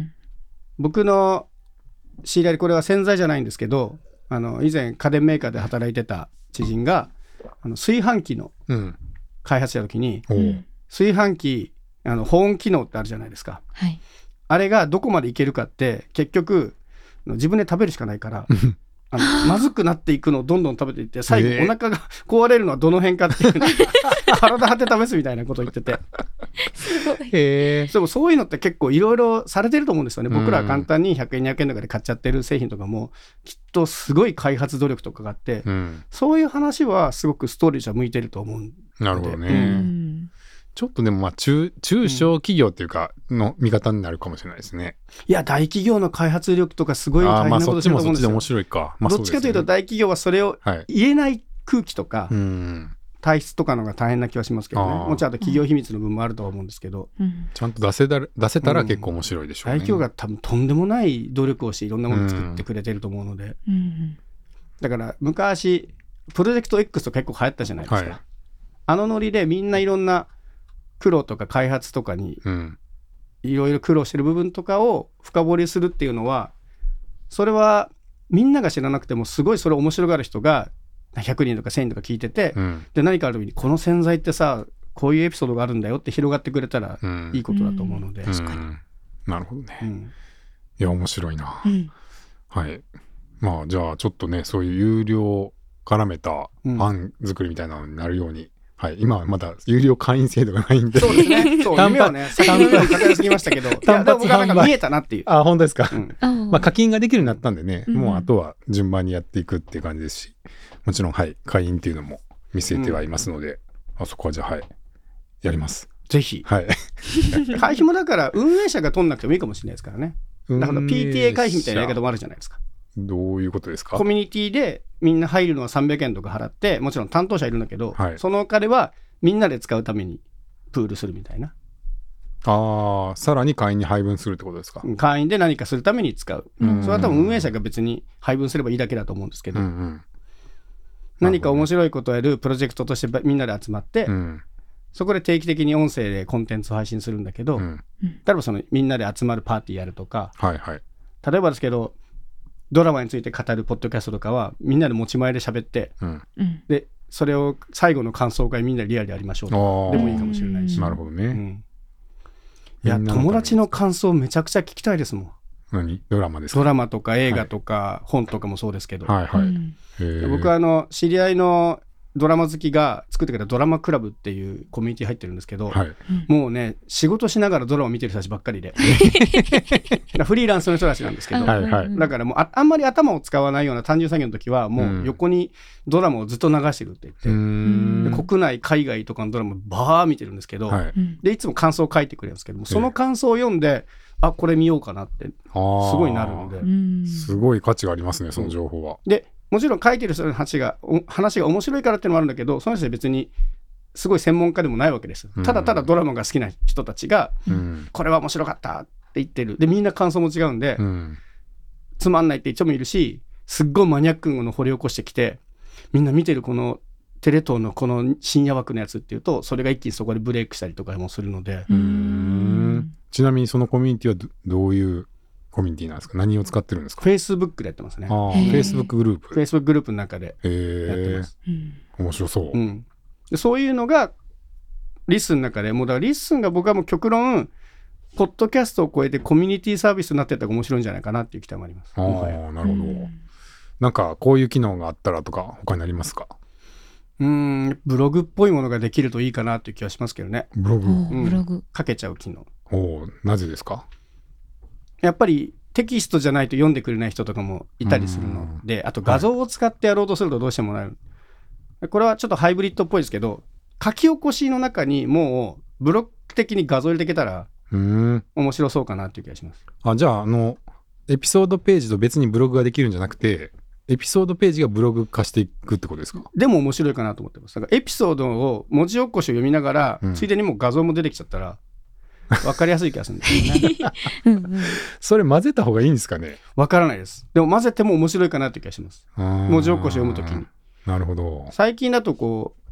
僕の知り合い、これは洗剤じゃないんですけど、以前家電メーカーで働いてた知人が炊飯器の開発した時に、炊飯器保温機能ってあるじゃないですか、 はい、 あれがどこまでいけるかって結局自分で食べるしかないからまずくなっていくのをどんどん食べていって、最後お腹が壊れるのはどの辺かっていう体張って試すみたいなことを言っててすごい。そういうのって結構いろいろされてると思うんですよね。僕らは簡単に100円200円とかで買っちゃってる製品とかもきっとすごい開発努力とかがあって、そういう話はすごくストーリーじゃ向いてると思うんで。 なるほどね、ちょっとでもまあ中小企業っていうかの見方になるかもしれないですね。 いや大企業の開発力とかすごい大変なことしてると思うんですよ。 そっちもそっちで面白いか、 どっちかというと大企業はそれを言えない空気とか、体質とかのが大変な気はしますけどね。もちろんあと企業秘密の部分もあるとは思うんですけど、 ちゃんと出せたら結構面白いでしょうね。 大企業が多分とんでもない努力をしていろんなものを作ってくれてると思うので、だから昔プロジェクト X と結構流行ったじゃないですか、ノリでみんないろんな苦労とか開発とかにいろいろ苦労してる部分とかを深掘りするっていうのは、それはみんなが知らなくてもすごいそれを面白がる人が100人とか1000人とか聞いてて、で何かある時にこの洗剤ってさこういうエピソードがあるんだよって広がってくれたらいいことだと思うので、 確かになるほどね、いや面白いな、はい。まあじゃあちょっとねそういう有料を絡めた案作りみたいなのになるように、今はまだ有料会員制度がないんで、 そうですね、そう夢はね先のようにかかりすぎましたけど単発販売、なんか見えたなっていう。 本当ですか、まあ課金ができるようになったんでね、もうあとは順番にやっていくっていう感じですし、もちろん会員っていうのも見据えてはいますので、そこはじゃあやります、 ぜひ。会費もだから運営者が取んなくてもいいかもしれないですからね。だから PTA 会費みたいなやり方もあるじゃないですか。 どういうことですか？ コミュニティでみんな入るのは300円とか払って、もちろん担当者いるんだけど、そのお金はみんなで使うためにプールするみたいな。 さらに会員に配分するってことですか？ 会員で何かするために使う、それは多分運営者が別に配分すればいいだけだと思うんですけど、何か面白いことをやるプロジェクトとしてみんなで集まって、そこで定期的に音声でコンテンツを配信するんだけど、例えばそのみんなで集まるパーティーやるとか、例えばですけどドラマについて語るポッドキャストとかはみんなで持ち前で喋って、でそれを最後の感想会みんなでリアルでやりましょうとかでもいいかもしれないし。 なるほどね、 いや友達の感想めちゃくちゃ聞きたいですもん。 何？ドラマですか？ ドラマとか映画とか本とかもそうですけど、僕は知り合いのドラマ好きが作ってくれたドラマクラブっていうコミュニティ入ってるんですけど、もうね仕事しながらドラマ見てる人たちばっかりでフリーランスの人たちなんですけど、だからもうあんまり頭を使わないような単純作業の時はもう横にドラマをずっと流してるって言って、で国内海外とかのドラマバー見てるんですけど、でいつも感想を書いてくれるんですけども、その感想を読んでこれ見ようかなってすごいなるので、 すごい価値がありますねその情報は。 でもちろん書いてる人の話が面白いからっていうのもあるんだけど、その人は別にすごい専門家でもないわけです。ただただドラマが好きな人たちが、これは面白かったって言ってる。でみんな感想も違うんで、つまんないって言っちゃもいるし、すっごいマニアックなのを掘り起こしてきて、みんな見てるこのテレ東のこの深夜枠のやつっていうと、それが一気にそこでブレイクしたりとかもするので。 ちなみにそのコミュニティはどういうコミュニティなんですか？何を使ってるんですか ？Facebook でやってますね。 Facebook グループ。 Facebook グループの中でやってます。 面白そう。 でそういうのがリッスンの中で、もうだからリッスンが僕はもう極論ポッドキャストを超えてコミュニティサービスになってったら面白いんじゃないかなっていう期待もあります。 なるほど。なんかこういう機能があったらとか他にありますか？ ブログっぽいものができるといいかなっていう気はしますけどね。 ブログ、 書けちゃう機能。 なぜですか？ やっぱりテキストじゃないと読んでくれない人とかもいたりするので、あと画像を使ってやろうとするとどうしてもなる、これはちょっとハイブリッドっぽいですけど、書き起こしの中にもうブロック的に画像入れていけたら面白そうかなっていう気がします。 じゃあエピソードページと別にブログができるんじゃなくて、エピソードページがブログ化していくってことですか？でも面白いかなと思ってます。だからエピソードを文字起こしを読みながら、ついでにもう画像も出てきちゃったら分かりやすい気がするんですよね。 それ混ぜた方がいいんですかね？ 分からないです。でも混ぜても面白いかなって気がします。文字起こしを読むときに。 なるほど。 最近だとこう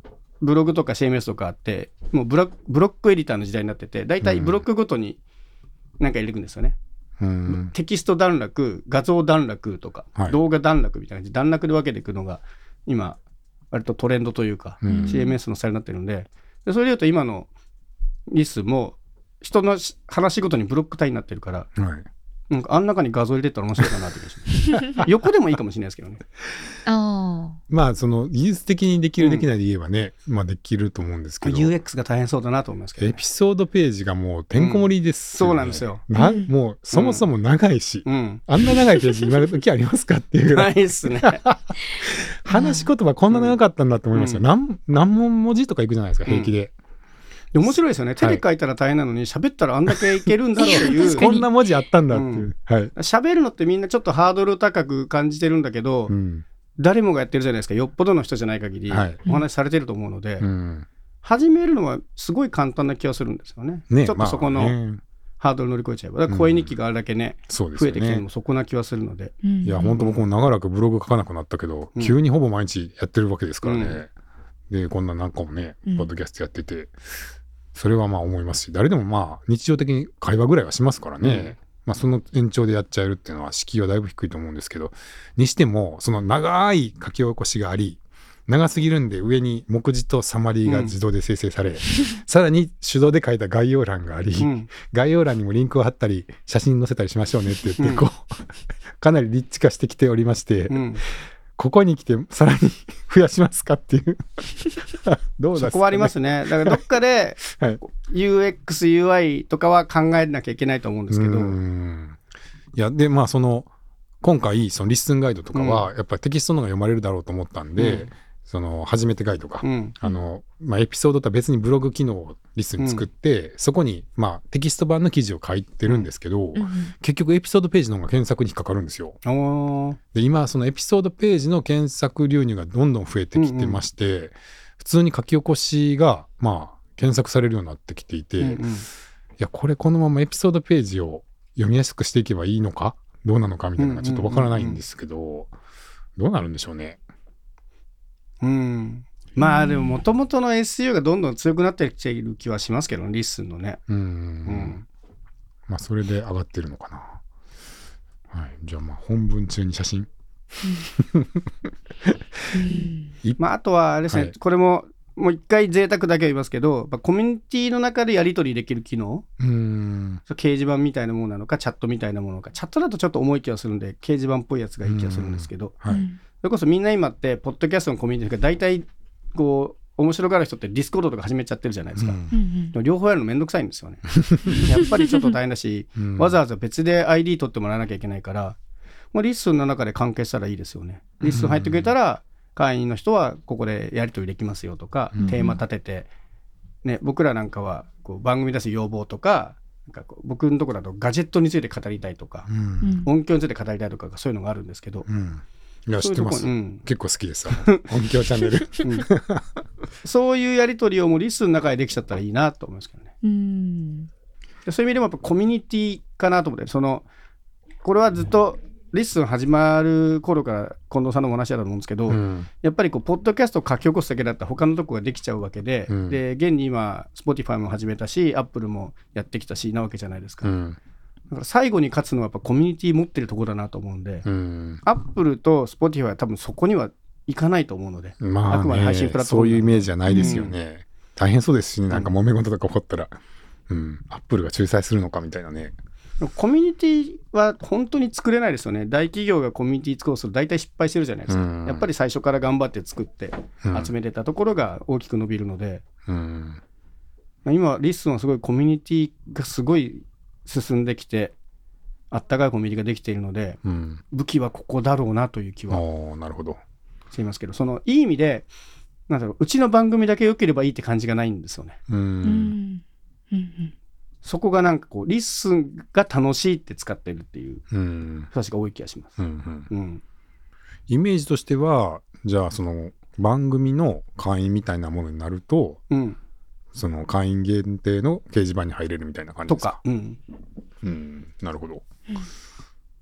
ブログとか CMS とかあってもうブロックエディターの時代になってて、だいたいブロックごとに何か入れていくんですよね。テキスト段落、画像段落とか、動画段落みたいな感じで段落で分けていくのが今割とトレンドというか、CMS のスタイルになってるんで、それでいうと今のリスも人の話ごとにブロック単位になってるから、なんかあん中に画像入れてたら面白いかなって気がします横でもいいかもしれないですけどね。 まあその技術的にできるできないで言えばね、まあできると思うんですけど UX が大変そうだなと思いますけど、ね、 エピソードページがもうてんこ盛りですよね、 そうなんですよ。 もうそもそも長いし、あんな長いページ今時ありますかっていうぐらいないっすね話し言葉こんな長かったんだと思いますよ、何文字とかいくじゃないですか平気で、 面白いですよね。手で書いたら大変なのに喋ったらあんだけいけるんだろうというこんな文字あったんだっていう、 喋るのってみんなちょっとハードル高く感じてるんだけど、誰もがやってるじゃないですか。よっぽどの人じゃない限りお話しされてると思うので、始めるのはすごい簡単な気がするんですよね。ちょっとそこのハードル乗り越えちゃえば、だから声日記があれだけね、増えてきてるのもそこな気はするので、 いや本当僕も長らくブログ書かなくなったけど、急にほぼ毎日やってるわけですからね、でこんな何個もねポッドキャストやってて、それはまあ思いますし、誰でもまあ日常的に会話ぐらいはしますからね、まあ、その延長でやっちゃえるっていうのは敷居はだいぶ低いと思うんですけど、にしてもその長い書き起こしがあり、長すぎるんで上に目次とサマリーが自動で生成され、さらに手動で書いた概要欄があり、概要欄にもリンクを貼ったり写真載せたりしましょうねって言ってこう、かなりリッチ化してきておりまして、ここに来てさらに増やしますかっていうどうですかね。 そこはありますね。だからどっかで UX UI とかは考えなきゃいけないと思うんですけど、 いやでまあその今回そのリッスンガイドとかはやっぱりテキストの方が読まれるだろうと思ったんで、その初めてガイドとか、まあ、エピソードとは別にブログ機能をリスンに作って、そこにまあテキスト版の記事を書いてるんですけど、結局エピソードページの方が検索に引っかかるんですよ。で今そのエピソードページの検索流入がどんどん増えてきてまして、普通に書き起こしがまあ検索されるようになってきていて、いやこれこのままエピソードページを読みやすくしていけばいいのかどうなのかみたいなのがちょっとわからないんですけど、どうなるんでしょうね。 まあでも元々の SEO がどんどん強くなってきている気はしますけど、リッスンのね。 まあそれで上がってるのかな。はい、じゃあまあ本文中に写真まああとはあれですね、これももう一回贅沢だけは言いますけど、コミュニティの中でやり取りできる機能、掲示板みたいなものなのかチャットみたいなものなのか、チャットだとちょっと重い気がするんで掲示板っぽいやつがいい気がするんですけど、それこそみんな今ってポッドキャストのコミュニティが大体こう面白がる人ってディスコードとか始めちゃってるじゃないですか、両方やるのめんどくさいんですよねやっぱりちょっと大変だし、わざわざ別で ID 取ってもらわなきゃいけないから、もうリッスンの中で完結したらいいですよね。リッスン入ってくれたら会員の人はここでやり取りできますよとか、テーマ立てて、ね、僕らなんかはこう番組出す要望とか、なんかこう僕のところだとガジェットについて語りたいとか、音響について語りたいとかそういうのがあるんですけど、 いや知ってます、結構好きです音響チャンネルそういうやり取りをもうリスンの中でできちゃったらいいなと思いますけどね。でそういう意味でもやっぱコミュニティかなと思って、これはずっとリスン始まる頃から近藤さんのお話だと思うんですけど、やっぱりこうポッドキャストを書き起こすだけだったら他のとこができちゃうわけで、で現に今 Spotify も始めたし Apple もやってきたしなわけじゃないですか。だから最後に勝つのはやっぱコミュニティ持ってるところだなと思うんで、Apple と Spotify は多分そこにはいかないと思うので、 あくまで配信プラットフォームそういうイメージじゃないですよね。大変そうですしね、なんか揉め事とか起こったら、Apple が仲裁するのかみたいなね。 コミュニティは本当に作れないですよね。大企業がコミュニティ作ろうとすると大体失敗してるじゃないですか。やっぱり最初から頑張って作って集めてたところが大きく伸びるので、今リッスンはすごいコミュニティがすごい進んできて、あったかいコミュニティができているので、武器はここだろうなという気はしていますけど、そのいい意味でなんだろう、うちの番組だけ良ければいいって感じがないんですよね。そこがなんかこうリッスンが楽しいって使ってるっていう人たちが多い気がします。 イメージとしてはじゃあその番組の会員みたいなものになると、その会員限定の掲示板に入れるみたいな感じですか。とか、なるほど。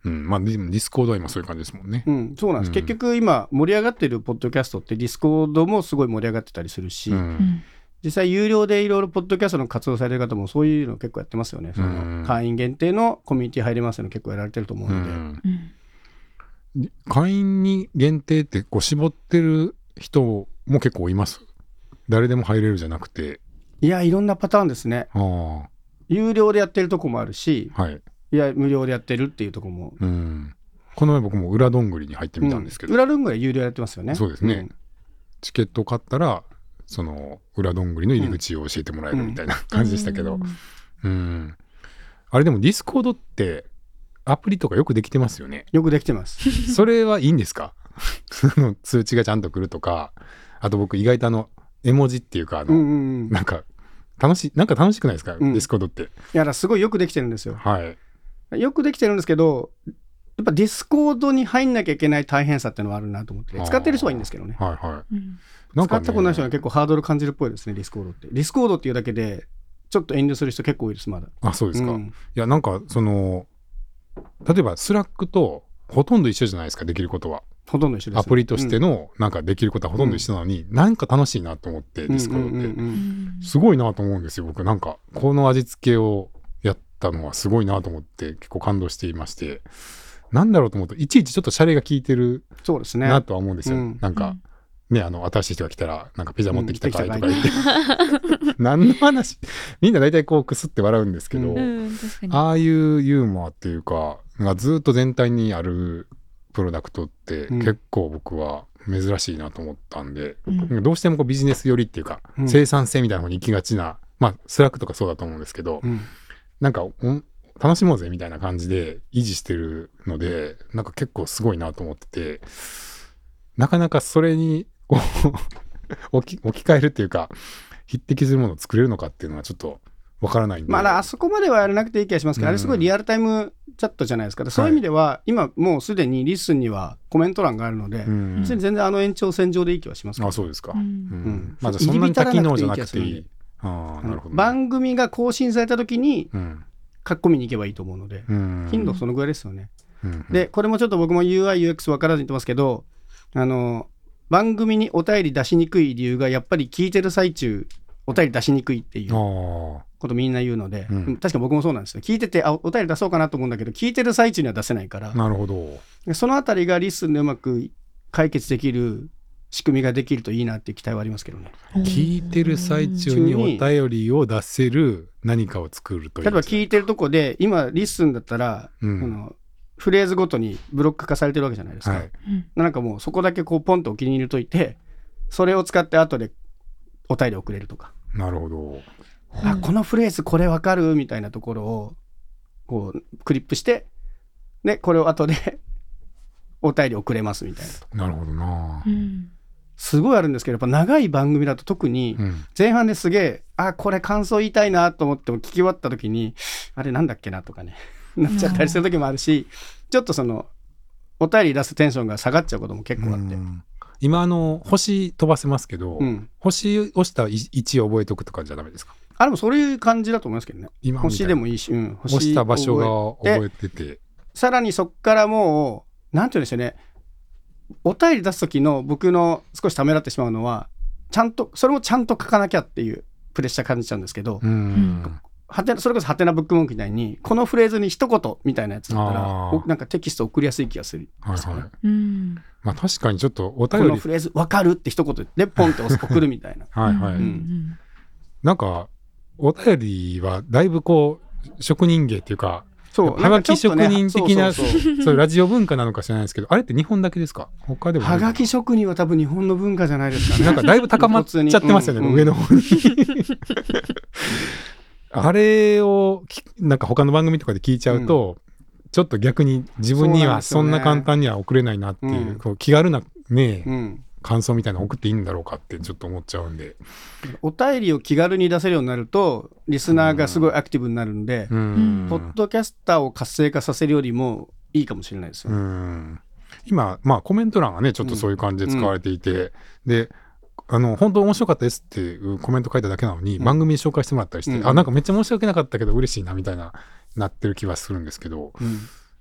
まあディスコードは今そういう感じですもんね。 そうなんです、結局今盛り上がってるポッドキャストってディスコードもすごい盛り上がってたりするし、実際有料でいろいろポッドキャストの活動されてる方もそういうの結構やってますよね。その会員限定のコミュニティ入れますよね、結構やられてると思うので、会員に限定ってこう絞ってる人も結構います？誰でも入れるじゃなくて。 いや、いろんなパターンですね。有料でやってるとこもあるし、いや無料でやってるっていうとこも、 この前僕も裏どんぐりに入ってみたんですけど、 裏どんぐりは有料やってますよね。 そうですね、チケットを買ったらその裏どんぐりの入り口を教えてもらえるみたいな感じでしたけど、あれでもディスコードってアプリとかよくできてますよね。 よくできてます。 それはいいんですか？通知がちゃんと来るとか、あと僕意外と絵文字っていうかなんか楽しくないですか、ディスコードって。いや、すごいよくできてるんですよ。よくできてるんですけど、やっぱディスコードに入んなきゃいけない大変さっていうのはあるなと思って、使ってる人はいいんですけどね。使ったことない人は結構ハードル感じるっぽいですね、ディスコードって。ディスコードっていうだけでちょっと遠慮する人結構多いです、まだ。 あ、そうですか。いや、なんかその例えばスラックとほとんど一緒じゃないですか、できることは。 ほとんど一緒です、 アプリとしてのなんかできることはほとんど一緒なのに、なんか楽しいなと思って、ディスコードってすごいなと思うんですよ。僕なんかこの味付けをやったのはすごいなと思って結構感動していまして、なんだろうと思うといちいちちょっとシャレが効いてるなとは思うんですよ。なんかね、新しい人が来たらなんかピザ持ってきたかいとか言って、何の話、みんな大体こうくすって笑うんですけど、ああいうユーモアっていうかがずっと全体にあるプロダクトって結構僕は珍しいなと思ったんで、どうしてもこうビジネス寄りっていうか、生産性みたいな方に行きがちな、まあスラックとかそうだと思うんですけど、なんか楽しもうぜみたいな感じで維持してるので、なんか結構すごいなと思ってて、なかなかそれにこう置き換えるっていうか匹敵するものを作れるのかっていうのはちょっとわからないんで、 あそこまではやらなくていい気がしますけど、あれすごいリアルタイムチャットじゃないですか。そういう意味では、今もうすでにリスンにはコメント欄があるので、全然延長線上でいい気はしますけど。 あ、そうですか。まだそんなに多機能じゃなくていい。 番組が更新された時に書き込みに行けばいいと思うので、頻度そのぐらいですよね。でこれもちょっと僕も UI、UX 分からずに言ってますけど、番組にお便り出しにくい理由がやっぱり聞いてる最中お便り出しにくいっていうことみんな言うので、確か僕もそうなんですよ。聞いててお便り出そうかなと思うんだけど、聞いてる最中には出せないから。 なるほど。 そのあたりがリスンでうまく解決できる仕組みができるといいなっていう期待はありますけどね。 聞いてる最中にお便りを出せる何かを作るという。 例えば聞いてるとこで今リスンだったら、フレーズごとにブロック化されてるわけじゃないですか。なんかもうそこだけこうポンとお気に入りといて、それを使って後でお便り送れるとか。 なるほど。 このフレーズこれ分かるみたいなところをこうクリップして、でこれを後でお便り送れますみたいな。なるほどな。 すごいあるんですけど、やっぱ長い番組だと特に前半ですげえ、これ感想言いたいなと思っても聞き終わった時にあれなんだっけなとかねなっちゃったりする時もあるし、ちょっとそのお便り出すテンションが下がっちゃうことも結構あって、 今星飛ばせますけど、星押した位置を覚えておくとかじゃダメですか？ でもそういう感じだと思いますけどね。星でもいいし、 押した場所が覚えてて、 さらにそこからもうなんていうんでしょうね、お便り出す時の僕の少しためらってしまうのは、それもちゃんと書かなきゃっていうプレッシャー感じちゃうんですけど、それこそハテナブックモンキーみたいにこのフレーズに一言みたいなやつだったらなんかテキスト送りやすい気がするんですよね。 まあ確かにちょっとお便りこのフレーズ分かるって一言でポンって送るみたいななんかお便りはだいぶこう職人芸っていうか、はがき職人的なそうラジオ文化なのか知らないですけど、あれって日本だけですか？他でもはがき職人は多分日本の文化じゃないですかね。 なんかだいぶ高まっちゃってますよね、上の方にあれをなんか他の番組とかで聞いちゃうと、ちょっと逆に自分にはそんな簡単には送れないなっていう、こう気軽なね、感想みたいなの送っていいんだろうかってちょっと思っちゃうんで、 お便りを気軽に出せるようになるとリスナーがすごいアクティブになるんで、ポッドキャスターを活性化させるよりもいいかもしれないですよね。 今コメント欄がねちょっとそういう感じで使われていて、で本当面白かったですっていうコメント書いただけなのに、番組に紹介してもらったりして、なんかめっちゃ申し訳なかったけど嬉しいなみたいななってる気はするんですけど、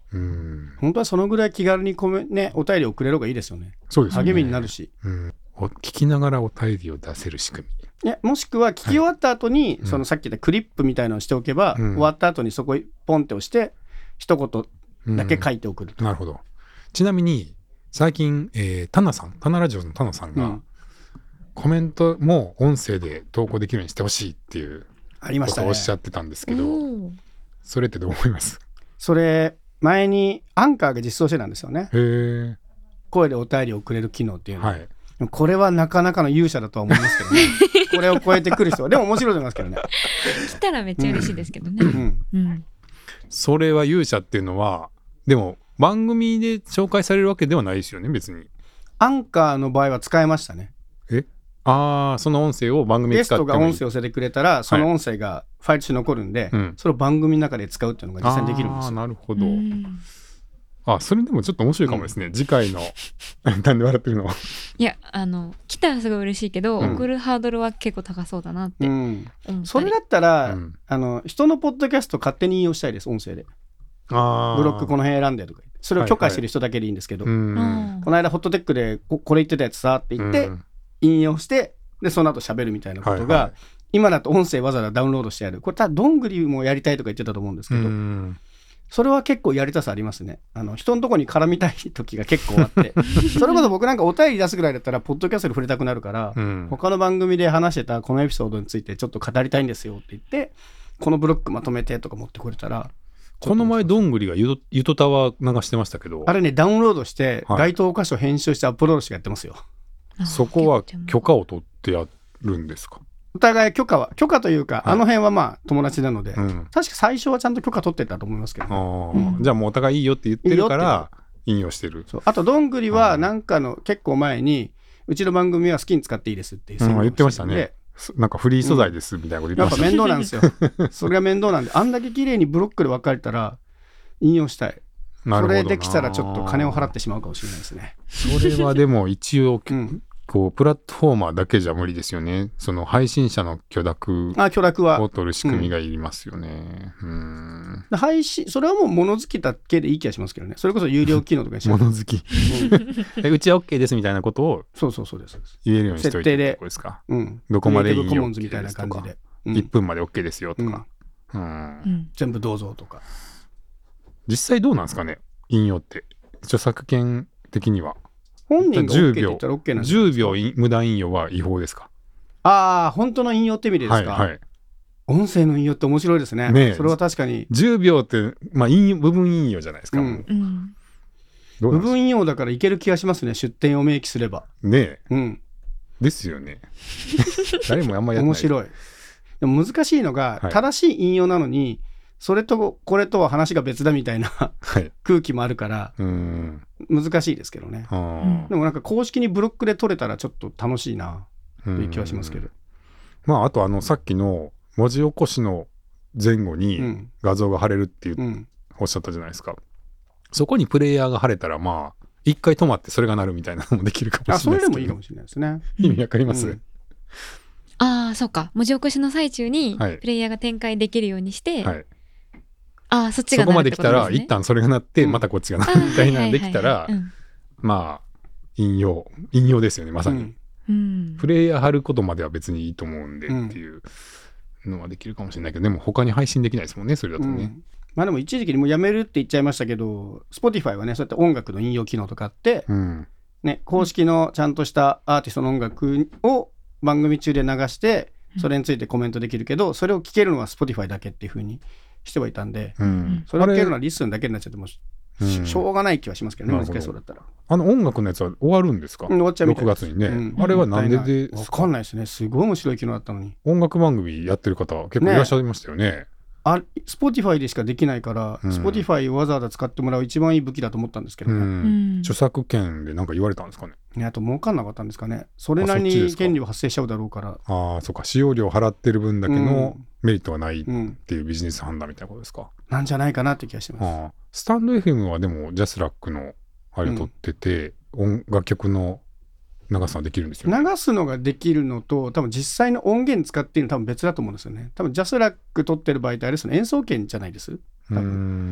本当はそのぐらい気軽にね、お便り送れる方がいいですよね。 そうですね。 励みになるし、 聞きながらお便りを出せる仕組み。 いや、もしくは聞き終わった後に、そのさっき言ったクリップみたいなのをしておけば、終わった後にそこポンって押して一言だけ書いて送ると。 なるほど。ちなみに最近、タナラジオのタナさんが、コメントも音声で投稿できるようにしてほしいっていうことをおっしゃってたんですけど、それってどう思います？ それ前にアンカーが実装してたんですよね。声でお便りを送れる機能っていうの、はい、これはなかなかの勇者だとは思いますけどねこれを超えてくる人はでも面白いと思いますけどね来たらめっちゃ嬉しいですけどね、 それは勇者っていうのはでも番組で紹介されるわけではないですよね。別にアンカーの場合は使えましたね。 その音声を番組で使ってもいい。 ゲストが音声を寄せてくれたらその音声がファイルとして残るんで、それを番組の中で使うっていうのが実際にできるんですよ。 なるほど。それでもちょっと面白いかもですね、次回のなんで笑ってるのいや来たらすごい嬉しいけど、送るハードルは結構高そうだなって、 それだったら、人のポッドキャスト勝手に引用したいです。音声でブロックこの辺選んでとかそれを許可してる人だけでいいんですけど、この間ホットテックでこれ言ってたやつさって言って、引用してでその後喋るみたいなことが、今だと音声わざわざダウンロードしてやる。これ多分どんぐりもやりたいとか言ってたと思うんですけど、それは結構やりたさありますね。人のとこに絡みたい時が結構あってそれこそ僕なんかお便り出すぐらいだったらポッドキャストで触れたくなるから、他の番組で話してたこのエピソードについてちょっと語りたいんですよって言ってこのブロックまとめてとか持ってこれたら。 この前どんぐりがゆとたわ流してましたけど、 あれねダウンロードして該当箇所編集してアップロードしてやってますよ。 そこは許可を取ってやるんですか？ お互い許可というか、あの辺はまあ友達なので、確か最初はちゃんと許可取ってたと思いますけど、 じゃあもうお互いいいよって言ってるから引用してる。 あとどんぐりはなんかの結構前にうちの番組は好きに使っていいですっていう宣言を言ってましたね。なんかフリー素材ですみたいなこと言ってました、 やっぱ面倒なんですよそれが面倒なんで、あんだけ綺麗にブロックで分かれたら引用したい。それできたらちょっと金を払ってしまうかもしれないですね。 それはでも一応、こうプラットフォーマーだけじゃ無理ですよね。その配信者の許諾を取る仕組みがいりますよね。 配信それはもう物好きだけでいい気がしますけどね。それこそ有料機能とかにし物好き、うちは OK ですみたいなことを言えるようにしといてってことですか。どこまでいいよコモンズみたいな感じで、 1分まで OK ですよとか、 全部どうぞとか。 実際どうなんですかね、引用って著作権的には。 本人が OK って言ったら OK なんですか ？10秒無断引用は違法ですか？ 本当の引用って意味でですか？音声の引用って面白いですね。それは確かに 10秒って、部分引用じゃないですか。 部分引用だからいける気がしますね。出典を明記すればですよね誰もあんまやってない。 面白い。でも難しいのが、正しい引用なのにそれとこれとは話が別だみたいな空気もあるから難しいですけどね。でもなんか公式にブロックで取れたらちょっと楽しいなという気はしますけど、 あとさっきの文字起こしの前後に画像が貼れるっておっしゃったじゃないですか。そこにプレイヤーが貼れたら一回止まってそれがなるみたいなのもできるかもしれないですけど、 それでもいいかもしれないですね。 意味わかります？ そうか、文字起こしの最中にプレイヤーが展開できるようにして、そっちがなるってことですね。 そこまで来たら一旦それがなってまたこっちがなるみたいなのできたら引用ですよね、まさに。プレイヤー貼ることまでは別にいいと思うんでっていうのはできるかもしれないけど、でも他に配信できないですもんね、それだとね。 でも一時期にもうやめるって言っちゃいましたけど、 Spotify はねそうやって音楽の引用機能とかあって、公式のちゃんとしたアーティストの音楽を番組中で流してそれについてコメントできるけど、それを聞けるのは Spotify だけっていう風にしてはいたんで、それを聞けるのはリスンだけになっちゃってもしょうがない気はしますけどね。難しそうだったら音楽のやつは終わるんですか？ 終わっちゃうみたいです。 6月にね、あれはなんでですか？ 分かんないですね。すごい面白い機能だったのに。 音楽番組やってる方結構いらっしゃいましたよね。 Spotify でしかできないから、Spotify をわざわざ使ってもらう一番いい武器だと思ったんですけどね。 著作権で何か言われたんですかね。 あと儲かんなかったんですかね。それなりに権利は発生しちゃうだろうから。 そうか、使用料払ってる分だけのメリットはないっていうビジネス判断みたいなことですか。 なんじゃないかなって気がしてます。スタンド FM はでもジャスラックのあれを取ってて、楽曲の流すのができるんですよね。 流すのができるのと多分実際の音源使っているの多分別だと思うんですよね。多分ジャスラック取ってる場合ってあれですね、演奏権じゃないです。多分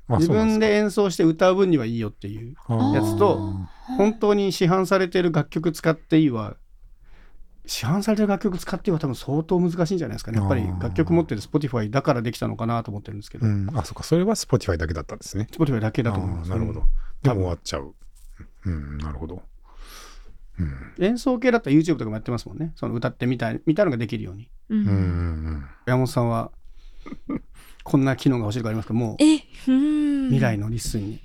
自分で演奏して歌う分にはいいよっていうやつと、本当に市販されてる楽曲使っていいは、市販されてる楽曲使っていいは多分相当難しいんじゃないですかね。やっぱり楽曲持ってる Spotify だからできたのかなと思ってるんですけど、 あ、そうか、それは Spotify だけだったんですね。 Spotify だけだと思います。 なるほど。でも終わっちゃう。なるほど。 演奏系だったら YouTube とかもやってますもんね。その歌ってみたいのができるように。山本さんはこんな機能が欲しいとかありますか？もう未来のリッスンに。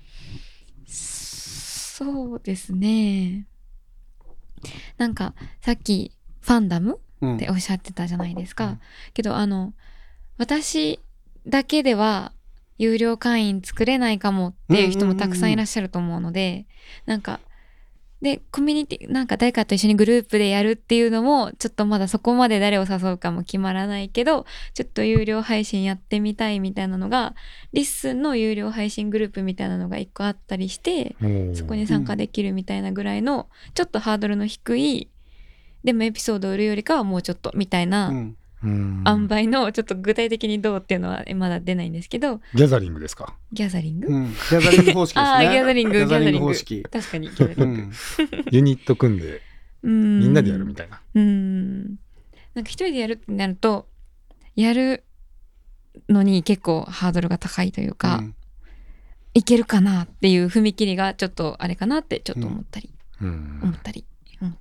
そうですね。なんかさっきファンダムっておっしゃってたじゃないですか。けど私だけでは有料会員作れないかもっていう人もたくさんいらっしゃると思うので、なんかでコミュニティなんか誰かと一緒にグループでやるっていうのもちょっとまだそこまで誰を誘うかも決まらないけど、ちょっと有料配信やってみたいみたいなのがリッスンの有料配信グループみたいなのが一個あったりして、そこに参加できるみたいなぐらいのちょっとハードルの低い、でもエピソードを売るよりかはもうちょっとみたいな塩梅の、ちょっと具体的にどうっていうのはまだ出ないんですけど。 ギャザリングですか？ ギャザリング、 ギャザリング方式ですね。 ギャザリング方式。 確かにギャザリングユニット組んでみんなでやるみたいな。 なんか一人でやるってなるとやるのに結構ハードルが高いというか、いけるかなっていう踏み切りがちょっとあれかなってちょっと思ったり、思ったり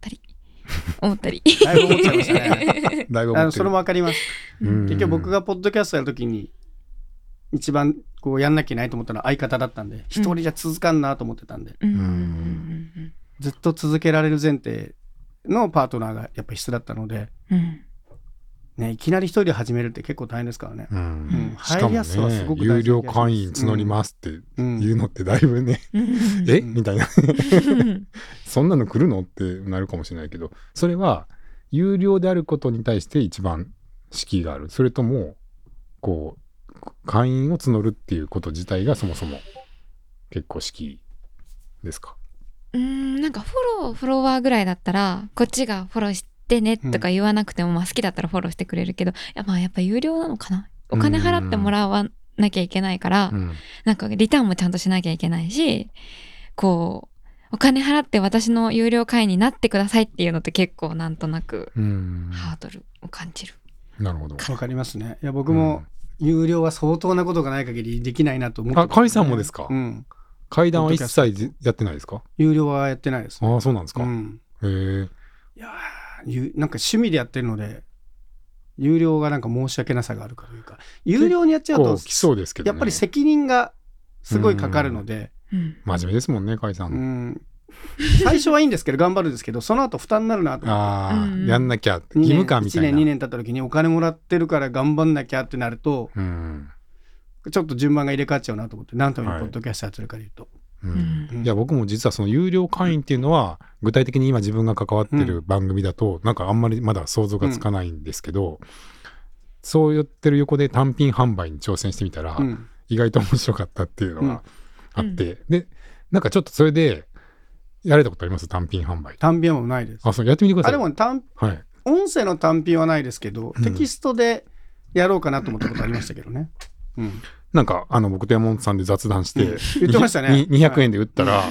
だいぶ思っちゃいましたね。 だいぶ思ってる。 それもわかります。結局僕がポッドキャストやるときに一番こうやんなきゃいけないと思ったのは相方だったんで、一人じゃ続かんなと思ってたんで、ずっと続けられる前提のパートナーがやっぱ必須だったので、ね、いきなり一人で始めるって結構大変ですからね。 入りやすさはすごく大事。有料会員募りますっていうのってだいぶね、みたいなそんなの来るのってなるかもしれないけど、それは有料であることに対して一番敷居がある？それともこう会員を募るっていうこと自体がそもそも結構敷居ですか？ なんかフォロワーぐらいだったらこっちがフォローしてねとか言わなくても、好きだったらフォローしてくれるけど、やっぱ有料なのかな、お金払ってもらわなきゃいけないから、なんかリターンもちゃんとしなきゃいけないし、こうお金払って私の有料会員になってくださいっていうのって結構なんとなくハードルを感じる。 なるほど、 わかりますね。いや僕も有料は相当なことがない限りできないなと思って、 甲斐さんもですか？階段は一切やってないですか？ 有料はやってないですね。 そうなんですか。へえ。 いやなんか趣味でやってるので有料がなんか申し訳なさがあるかというか、有料にやっちゃうと来そうですけど、 やっぱり責任がすごいかかるので、 真面目ですもんね、甲斐さん。 最初はいいんですけど頑張るんですけど、その後負担になるなと思って、 やんなきゃ義務感みたいな。 1年2年経った時にお金もらってるから頑張んなきゃってなると、ちょっと順番が入れ替わっちゃうなと思って、何とにポッドキャストやってるかでいうと、 いや僕も実はその有料会員っていうのは具体的に今自分が関わってる番組だとなんかあんまりまだ想像がつかないんですけど、そう言ってる横で単品販売に挑戦してみたら、意外と面白かったっていうのがあって、でなんかちょっとそれでやられたことあります？単品販売。 単品はもうないです。 そうやってみてください。 でも音声の単品はないですけど、テキストでやろうかなと思ったことありましたけどね。 なんか僕と山本さんで雑談して、 言ってましたね。 200円で売ったら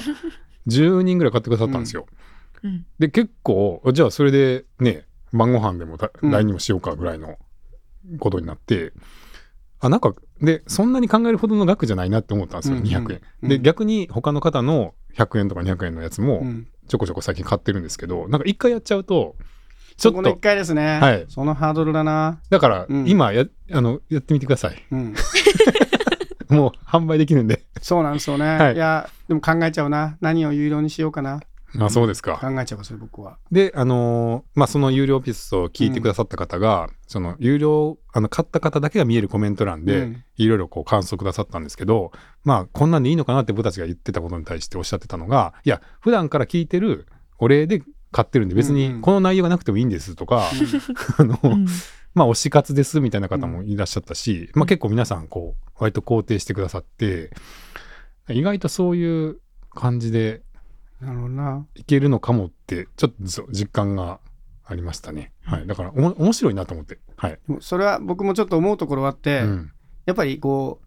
10人ぐらい買ってくださったんですよ。で結構じゃあそれでね晩ご飯でも来にもしようかぐらいのことになって、なんかでそんなに考えるほどの額じゃないなって思ったんですよ、200円。で逆に他の方の100円とか200円のやつもちょこちょこ最近買ってるんですけど、なんか一回やっちゃうとちょっとそこの1回ですね、そのハードルだな。 だから今やってみてください。もう販売できるんで。 そうなんですよね。いやでも考えちゃうな、何を有料にしようかな。 そうですか。 考えちゃいますよ僕は。 でその有料ピストを聞いてくださった方が、その有料買った方だけが見えるコメント欄でいろいろこう感想くださったんですけど、こんなんでいいのかなって僕たちが言ってたことに対しておっしゃってたのが、いや普段から聞いてるお礼で買ってるんで別にこの内容がなくてもいいんですとか、推し活ですみたいな方もいらっしゃったし、結構皆さんこう割と肯定してくださって、意外とそういう感じでいけるのかもってちょっと実感がありましたね。だから面白いなと思って。それは僕もちょっと思うところはあって、やっぱりこう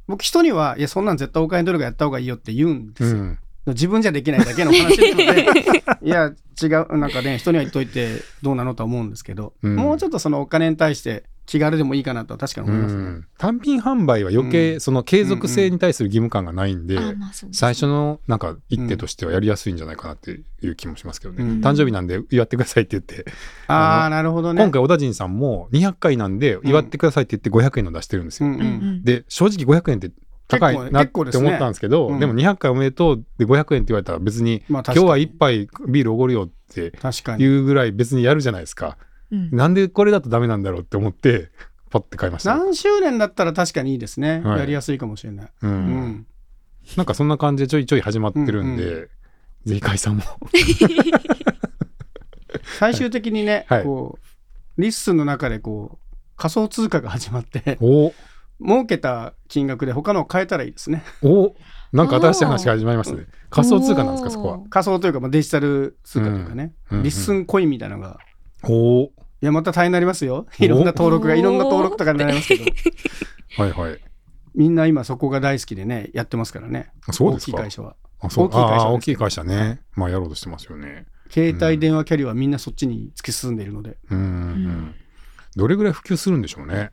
僕人にはいやそんなん絶対お金取るからやった方がいいよって言うんですよ、自分じゃできないだけの話なのでいや違うなんかね人には言っといてどうなのとは思うんですけど、もうちょっとそのお金に対して気軽でもいいかなとは確かに思いますね。 単品販売は余計その継続性に対する義務感がないんで、最初のなんか一手としてはやりやすいんじゃないかなっていう気もしますけどね、誕生日なんで祝ってくださいって言ってなるほどね。 今回小田陣さんも200回なんで祝ってくださいって言って500円の出してるんですよ、で正直500円って高いなって思ったんですけど、でも200回おめでとうで500円って言われたら別に、今日は一杯ビールおごるよっていうぐらい別にやるじゃないですか。なんでこれだとダメなんだろうって思ってパッて買いました。 何周年だったら確かにいいですね、やりやすいかもしれない、 なんかそんな感じでちょいちょい始まってるんで、ぜひ解散も最終的にね、こうリッスンの中でこう仮想通貨が始まって儲けた金額で他のを買えたらいいですね。 なんか新しい話が始まりますね。仮想通貨なんですかそこは。 仮想というかデジタル通貨というかね、リッスンコインみたいなのがいやまた大変になりますよ。いろんな登録とかになりますけどはいはい。 みんな今そこが大好きでねやってますからね。 そうですか。 大きい会社は。 大きい会社ね。まあやろうとしてますよね。 携帯電話キャリアはみんなそっちに突き進んでいるので。 どれぐらい普及するんでしょうね。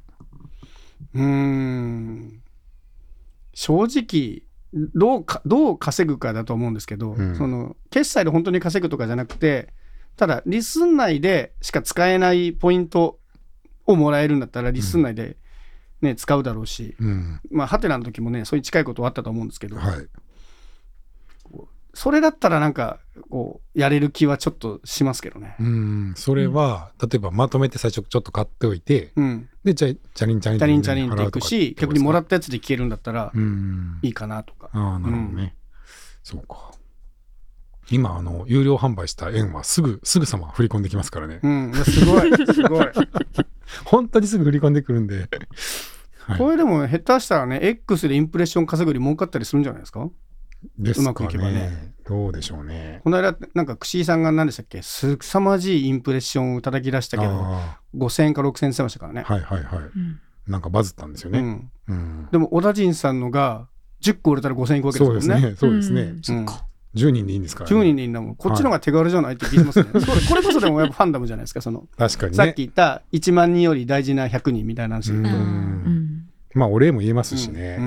正直どう稼ぐかだと思うんですけど、その決済で本当に稼ぐとかじゃなくて、ただリッスン内でしか使えないポイントをもらえるんだったらリッスン内で、ね使うだろうし、ハテナの時もねそういう近いことはあったと思うんですけど、それだったらなんかこうやれる気はちょっとしますけどね。 それは、例えばまとめて最初ちょっと買っておいて、でチャリンチャリンっていくし、逆にもらったやつで消えるんだったらいいかなとか。 なるほどね。そうか。今有料販売した円はすぐさま振り込んできますからね。 すごい本当にすぐ振り込んでくるんでこれでも下手したらね X でインプレッション稼ぐより儲かったりするんじゃないですか。 ですかね。うまくいけばね。どうでしょうね。 この間なんか串井さんが何でしたっけ、すさまじいインプレッションを叩き出したけど5000円か6000円してましたからね。 なんかバズったんですよね。 でも小田陣さんのが10個売れたら5000円いくわけですもんね。 そうですね。10人でいいんですからね。 10人でいいんだもん。こっちの方が手軽じゃないって気がしますね。これこそでもやっぱファンダムじゃないですか。 確かにね。 さっき言った1万人より大事な100人みたいな話で言うと、 まあお礼も言えますしね。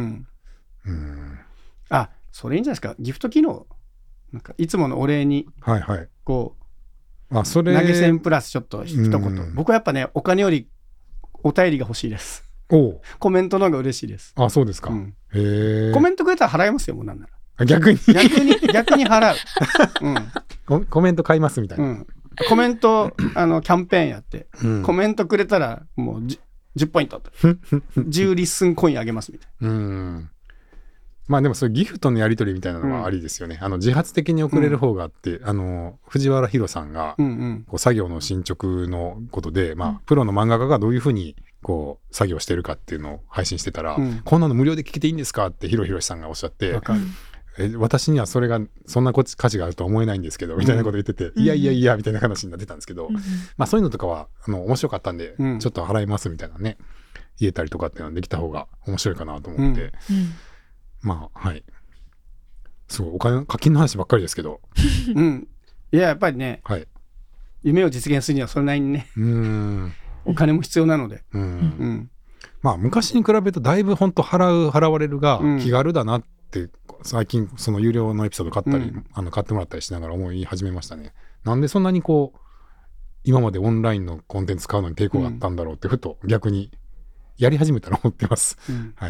それいいんじゃないですか。ギフト機能なんかいつものお礼にこう投げ銭プラスちょっと一言。僕はやっぱねお金よりお便りが欲しいです。コメントの方が嬉しいです。 そうですか。コメントくれたら払いますよ。もうなんなら逆に払う、コメント買いますみたいな、 コメントキャンペーンやって、コメントくれたらもう10ポイント10リッスンコインあげますみたいな。 まあでもそういうギフトのやり取りみたいなのはありですよね。自発的に送れる方があって、藤原宏さんがこう作業の進捗のことで、プロの漫画家がどういうふうにこう作業してるかっていうのを配信してたら、こんなの無料で聞けていいんですかって宏さんがおっしゃって、私にはそれがそんな価値があるとは思えないんですけどみたいなこと言ってて、いやみたいな話になってたんですけど、そういうのとかは面白かったんで、ちょっと払いますみたいなね言えたりとかっていうのはできた方が面白いかなと思って、すごいお金課金の話ばっかりですけどいややっぱりね、夢を実現するにはそれなりにねお金も必要なので、 昔に比べるとだいぶ本当払われるが気軽だなって最近その有料のエピソード買ったり、買ってもらったりしながら思い始めましたね。なんでそんなにこう今までオンラインのコンテンツ買うのに抵抗があったんだろうってふと逆にやり始めたら思ってます。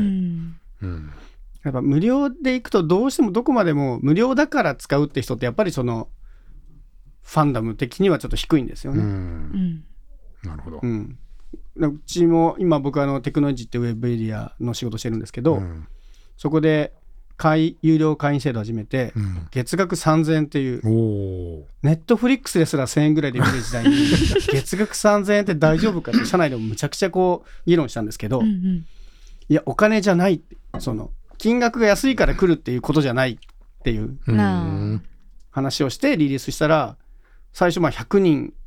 やっぱ無料でいくとどうしてもどこまでも無料だから使うって人ってやっぱりそのファンダム的にはちょっと低いんですよね。 なるほど。 うちも今僕テクノロジーってウェブエリアの仕事してるんですけど、そこで有料会員制度始めて、月額3000円っていうネットフリックスですら1000円ぐらいで見る時代に月額3000円って大丈夫かって社内でもむちゃくちゃこう議論したんですけど、いやお金じゃない、その金額が安いから来るっていうことじゃないっていう話をしてリリースしたら、最初100人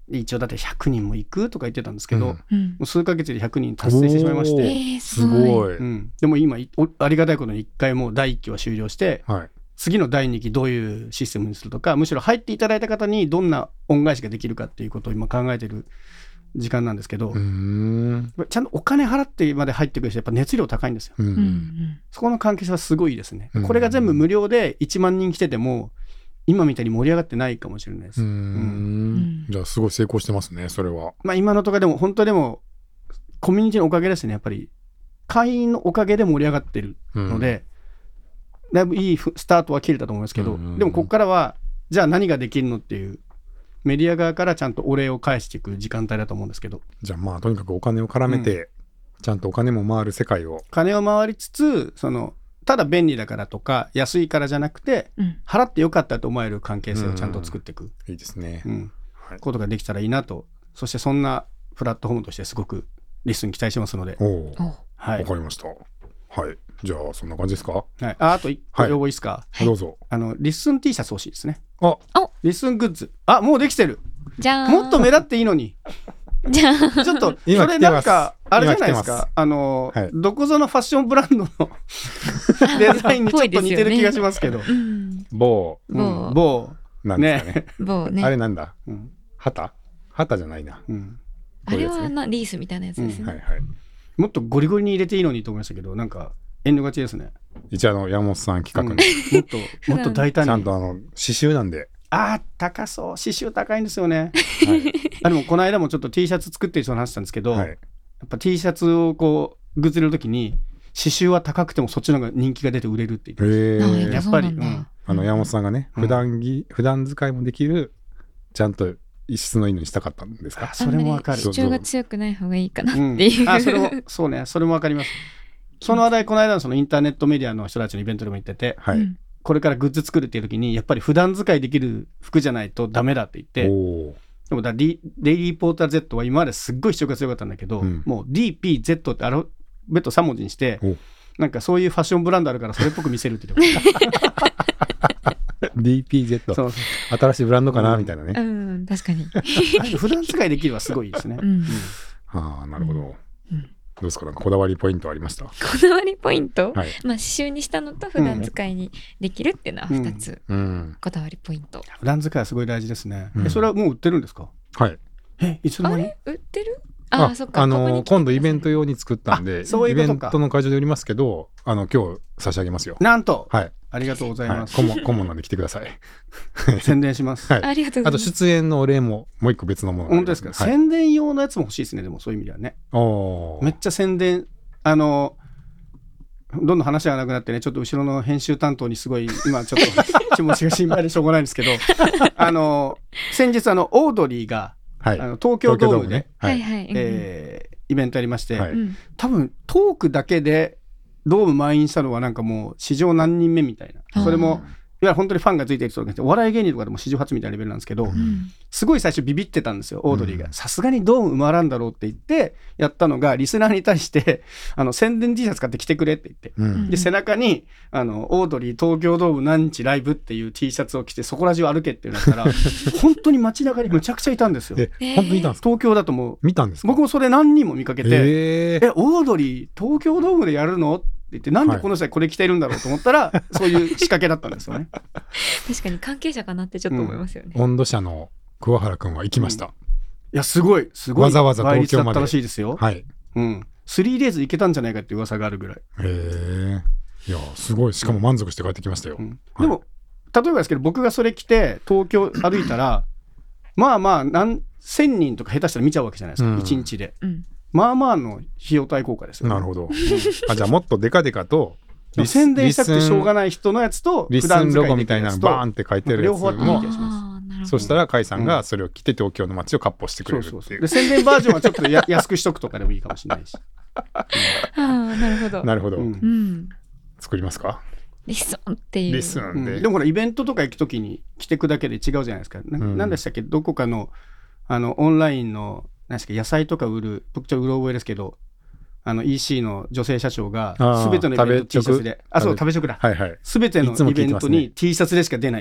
一応だって100人も行くとか言ってたんですけど、もう数ヶ月で100人達成してしまいまして、 すごい、 でも今ありがたいことに1回もう第1期は終了して、 はい、 次の第2期どういうシステムにするとか、むしろ入っていただいた方にどんな恩返しができるかっていうことを今考えてる時間なんですけど、ちゃんとお金払ってまで入ってくる人やっぱ熱量高いんですよ、そこの関係性はすごいいいですね。これが全部無料で1万人来てても今みたいに盛り上がってないかもしれないです。 じゃあすごい成功してますね、それは。 今のところでも本当でもコミュニティのおかげですね。やっぱり会員のおかげで盛り上がってるので、だいぶいいスタートは切れたと思いますけど、でもここからはじゃあ何ができるのっていうメディア側からちゃんとお礼を返していく時間帯だと思うんですけど、 じゃあとにかくお金を絡めて、ちゃんとお金も回る世界を、 金を回りつつただ便利だからとか安いからじゃなくて、払ってよかったと思える関係性をちゃんと作っていく、 いいですね、 ことができたらいいなと。そしてそんなプラットフォームとしてすごくリスンに期待してますので。 わかりました。はい、じゃあそんな感じですか。 あと1個要望いいですか。 どうぞ。 リッスン T シャツ欲しいですね。リッスングッズ、もうできてる。 じゃもっと目立っていいのに。 じゃあちょっとそれなんかあれじゃないですか、どこぞのファッションブランドのデザインにちょっと似てる気がしますけど、 某なんですかね。 某ね。 あれなんだ、旗じゃないな、 あれはリースみたいなやつですね。 もっとゴリゴリに入れていいのにと思いましたけど、なんか遠慮がちですね。 一応山本さん企画のもっと大胆に、 ちゃんと刺繍なんで。 高そう。刺繍高いんですよね。でもこの間もちょっと T シャツ作ってる人の話したんですけど、やっぱ T シャツをこうグッズ入れるときに刺繍は高くてもそっちの方が人気が出て売れるって言って、やっぱり山本さんがね、普段使いもできるちゃんと異質のいいのにしたかったんですか。 それもわかる。 主張が強くない方がいいかなっていう、 それもそうね、それもわかります。その話題この間のそのインターネットメディアの人たちのイベントでも言ってて、これからグッズ作るっていう時にやっぱり普段使いできる服じゃないとダメだって言って、でもデイリーポーター Z は今まですっごい主張が強かったんだけど、もう DPZ ってアルファベット3文字にして、なんかそういうファッションブランドあるからそれっぽく見せるって言ってました。 DPZ そう新しいブランドかな、みたいなね。 確かに普段使いできるはすごいですね。 なるほど。どうですか、なんかこだわりポイントありました？ こだわりポイント、刺繍にしたのと普段使いにできるっていうのは2つ、こだわりポイント。 普段使いはすごい大事ですね。それはもう売ってるんですか？ はい。 いつの間に？ 売ってる？ そっか。今度イベント用に作ったんで、イベントの会場で売りますけど、今日差し上げますよ。 なんと、ありがとうございます。 顧問なんで来てください。 宣伝します。 ありがとうございます。 あと出演のお礼ももう一個別のもの。 本当ですか？宣伝用のやつも欲しいですね。でもそういう意味ではね。めっちゃ宣伝、どんどん話がなくなってね、ちょっと後ろの編集担当にすごい今ちょっと気持ちが心配でしょうがないんですけど、先日オードリーが東京ドームでイベントやりまして、多分トークだけでドーム満員したのはなんかもう史上何人目みたいな、それもいや本当にファンがついてる人がいて、お笑い芸人とかでも史上初みたいなレベルなんですけど、すごい最初ビビってたんですよ、オードリーが。さすがにドーム埋まらんだろうって言ってやったのが、リスナーに対して宣伝 T シャツ買ってきてくれって言って、で背中にオードリー東京ドーム何日ライブっていう T シャツを着てそこら中歩けってなったら本当に街中にむちゃくちゃいたんですよ。 本当にいたんですか？ 東京だともう見たんですか？ 僕もそれ何人も見かけて、オードリー東京ドームでやるのって言って、なんでこの人はこれ着てるんだろうと思ったら、そういう仕掛けだったんですよね。 確かに関係者かなってちょっと思いますよね。 温度社の桑原くんは行きました。 いやすごいわざわざ東京まで倍率だったらしいですよ。3days 行けたんじゃないかっていう噂があるぐらい。 いやすごい。しかも満足して帰ってきましたよ。 でも例えばですけど、僕がそれ着て東京歩いたらまあ何千人とか下手したら見ちゃうわけじゃないですか、1日で。まあまあの費用対効果ですよね。 なるほど。じゃあもっとデカデカと宣伝したくてしょうがない人のやつとリッスンロゴみたいなのバーンって書いてるやつも、 両方あっていい気がします。 そしたら甲斐さんがそれを着て東京の街を割歩してくれるっていう。 で宣伝バージョンはちょっと安くしとくとかでもいいかもしれないし。 なるほど。 なるほど。作りますか？ リッスンっていう。 リッスンで。 でもほらイベントとか行くときに着てくだけで違うじゃないですか。何でしたっけ？どこかのオンラインの何ですか、野菜とか売る、僕ちょっとうろ覚えですけど、EC の女性社長が全てのイベント T シャツで、そう食べ食だ、全てのイベントに T シャツでしか出ない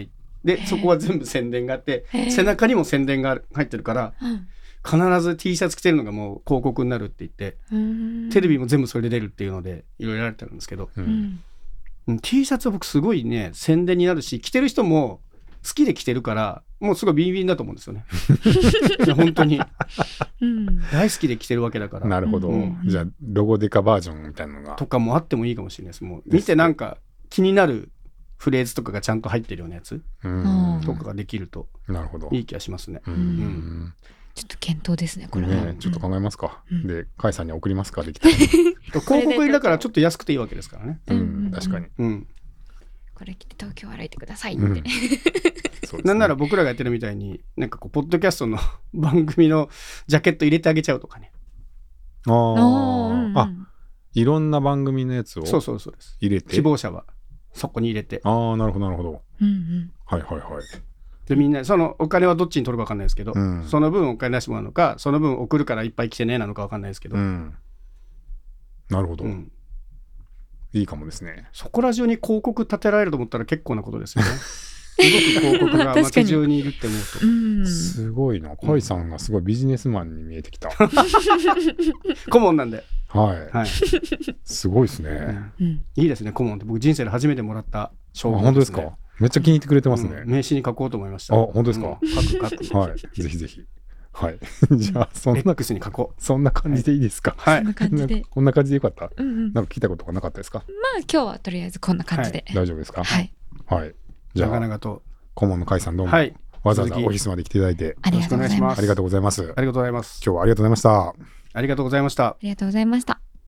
でそこは全部宣伝があって背中にも宣伝が入ってるから、必ず T シャツ着てるのがもう広告になるって言って、テレビも全部それで出るっていうのでいろいろやられてるんですけど、T シャツは僕すごいね宣伝になるし、着てる人も好きで着てるからもうすごいビンビンだと思うんですよねいや本当に大好きで着てるわけだから。 なるほど、じゃあロゴデカバージョンみたいなのがとかもあってもいいかもしれないです。もう見てなんか気になるフレーズとかがちゃんと入ってるようなやつとかができるといい気がしますね。 ちょっと検討ですねこれは、 ちょっと考えますか、で甲斐さんに送りますか、できたら広告入りだからちょっと安くていいわけですからね。 確かに、 これ着て東京歩いてくださいって、 なんなら僕らがやってるみたいになんかこうポッドキャストの番組のジャケット入れてあげちゃうとかね。 いろんな番組のやつをそうです入れて、 希望者はそこに入れて、 なるほどなるほど、はいはいはい。 でみんなそのお金はどっちに取るか分かんないですけど、その分お金出してもらうのか、その分送るからいっぱい来てねなのか分かんないですけど、 なるほど、いいかもですね。 そこら中に広告立てられると思ったら結構なことですよね動く広告が街中にいるって思うとすごいな。甲斐さんがすごいビジネスマンに見えてきた顧問なんで、 すごいですね、 いいですね顧問って。僕人生で初めてもらった称号ですね。 本当ですか。めっちゃ気に入ってくれてますね、 名刺に書こうと思いました。 本当ですか。 書くはいぜひぜひじゃあそんな X に書こう。そんな感じでいいですか。 そんな感じでこんな感じでよかった。なんか聞いたことがなかったですか。 まあ今日はとりあえずこんな感じで、 大丈夫ですか。はいじゃあ長々と顧問の甲斐さんどうも、わざわざオフィスまで来ていただいてありがとうございます。 ありがとうございます。 ありがとうございます。 今日はありがとうございました。 ありがとうございました。 ありがとうございました。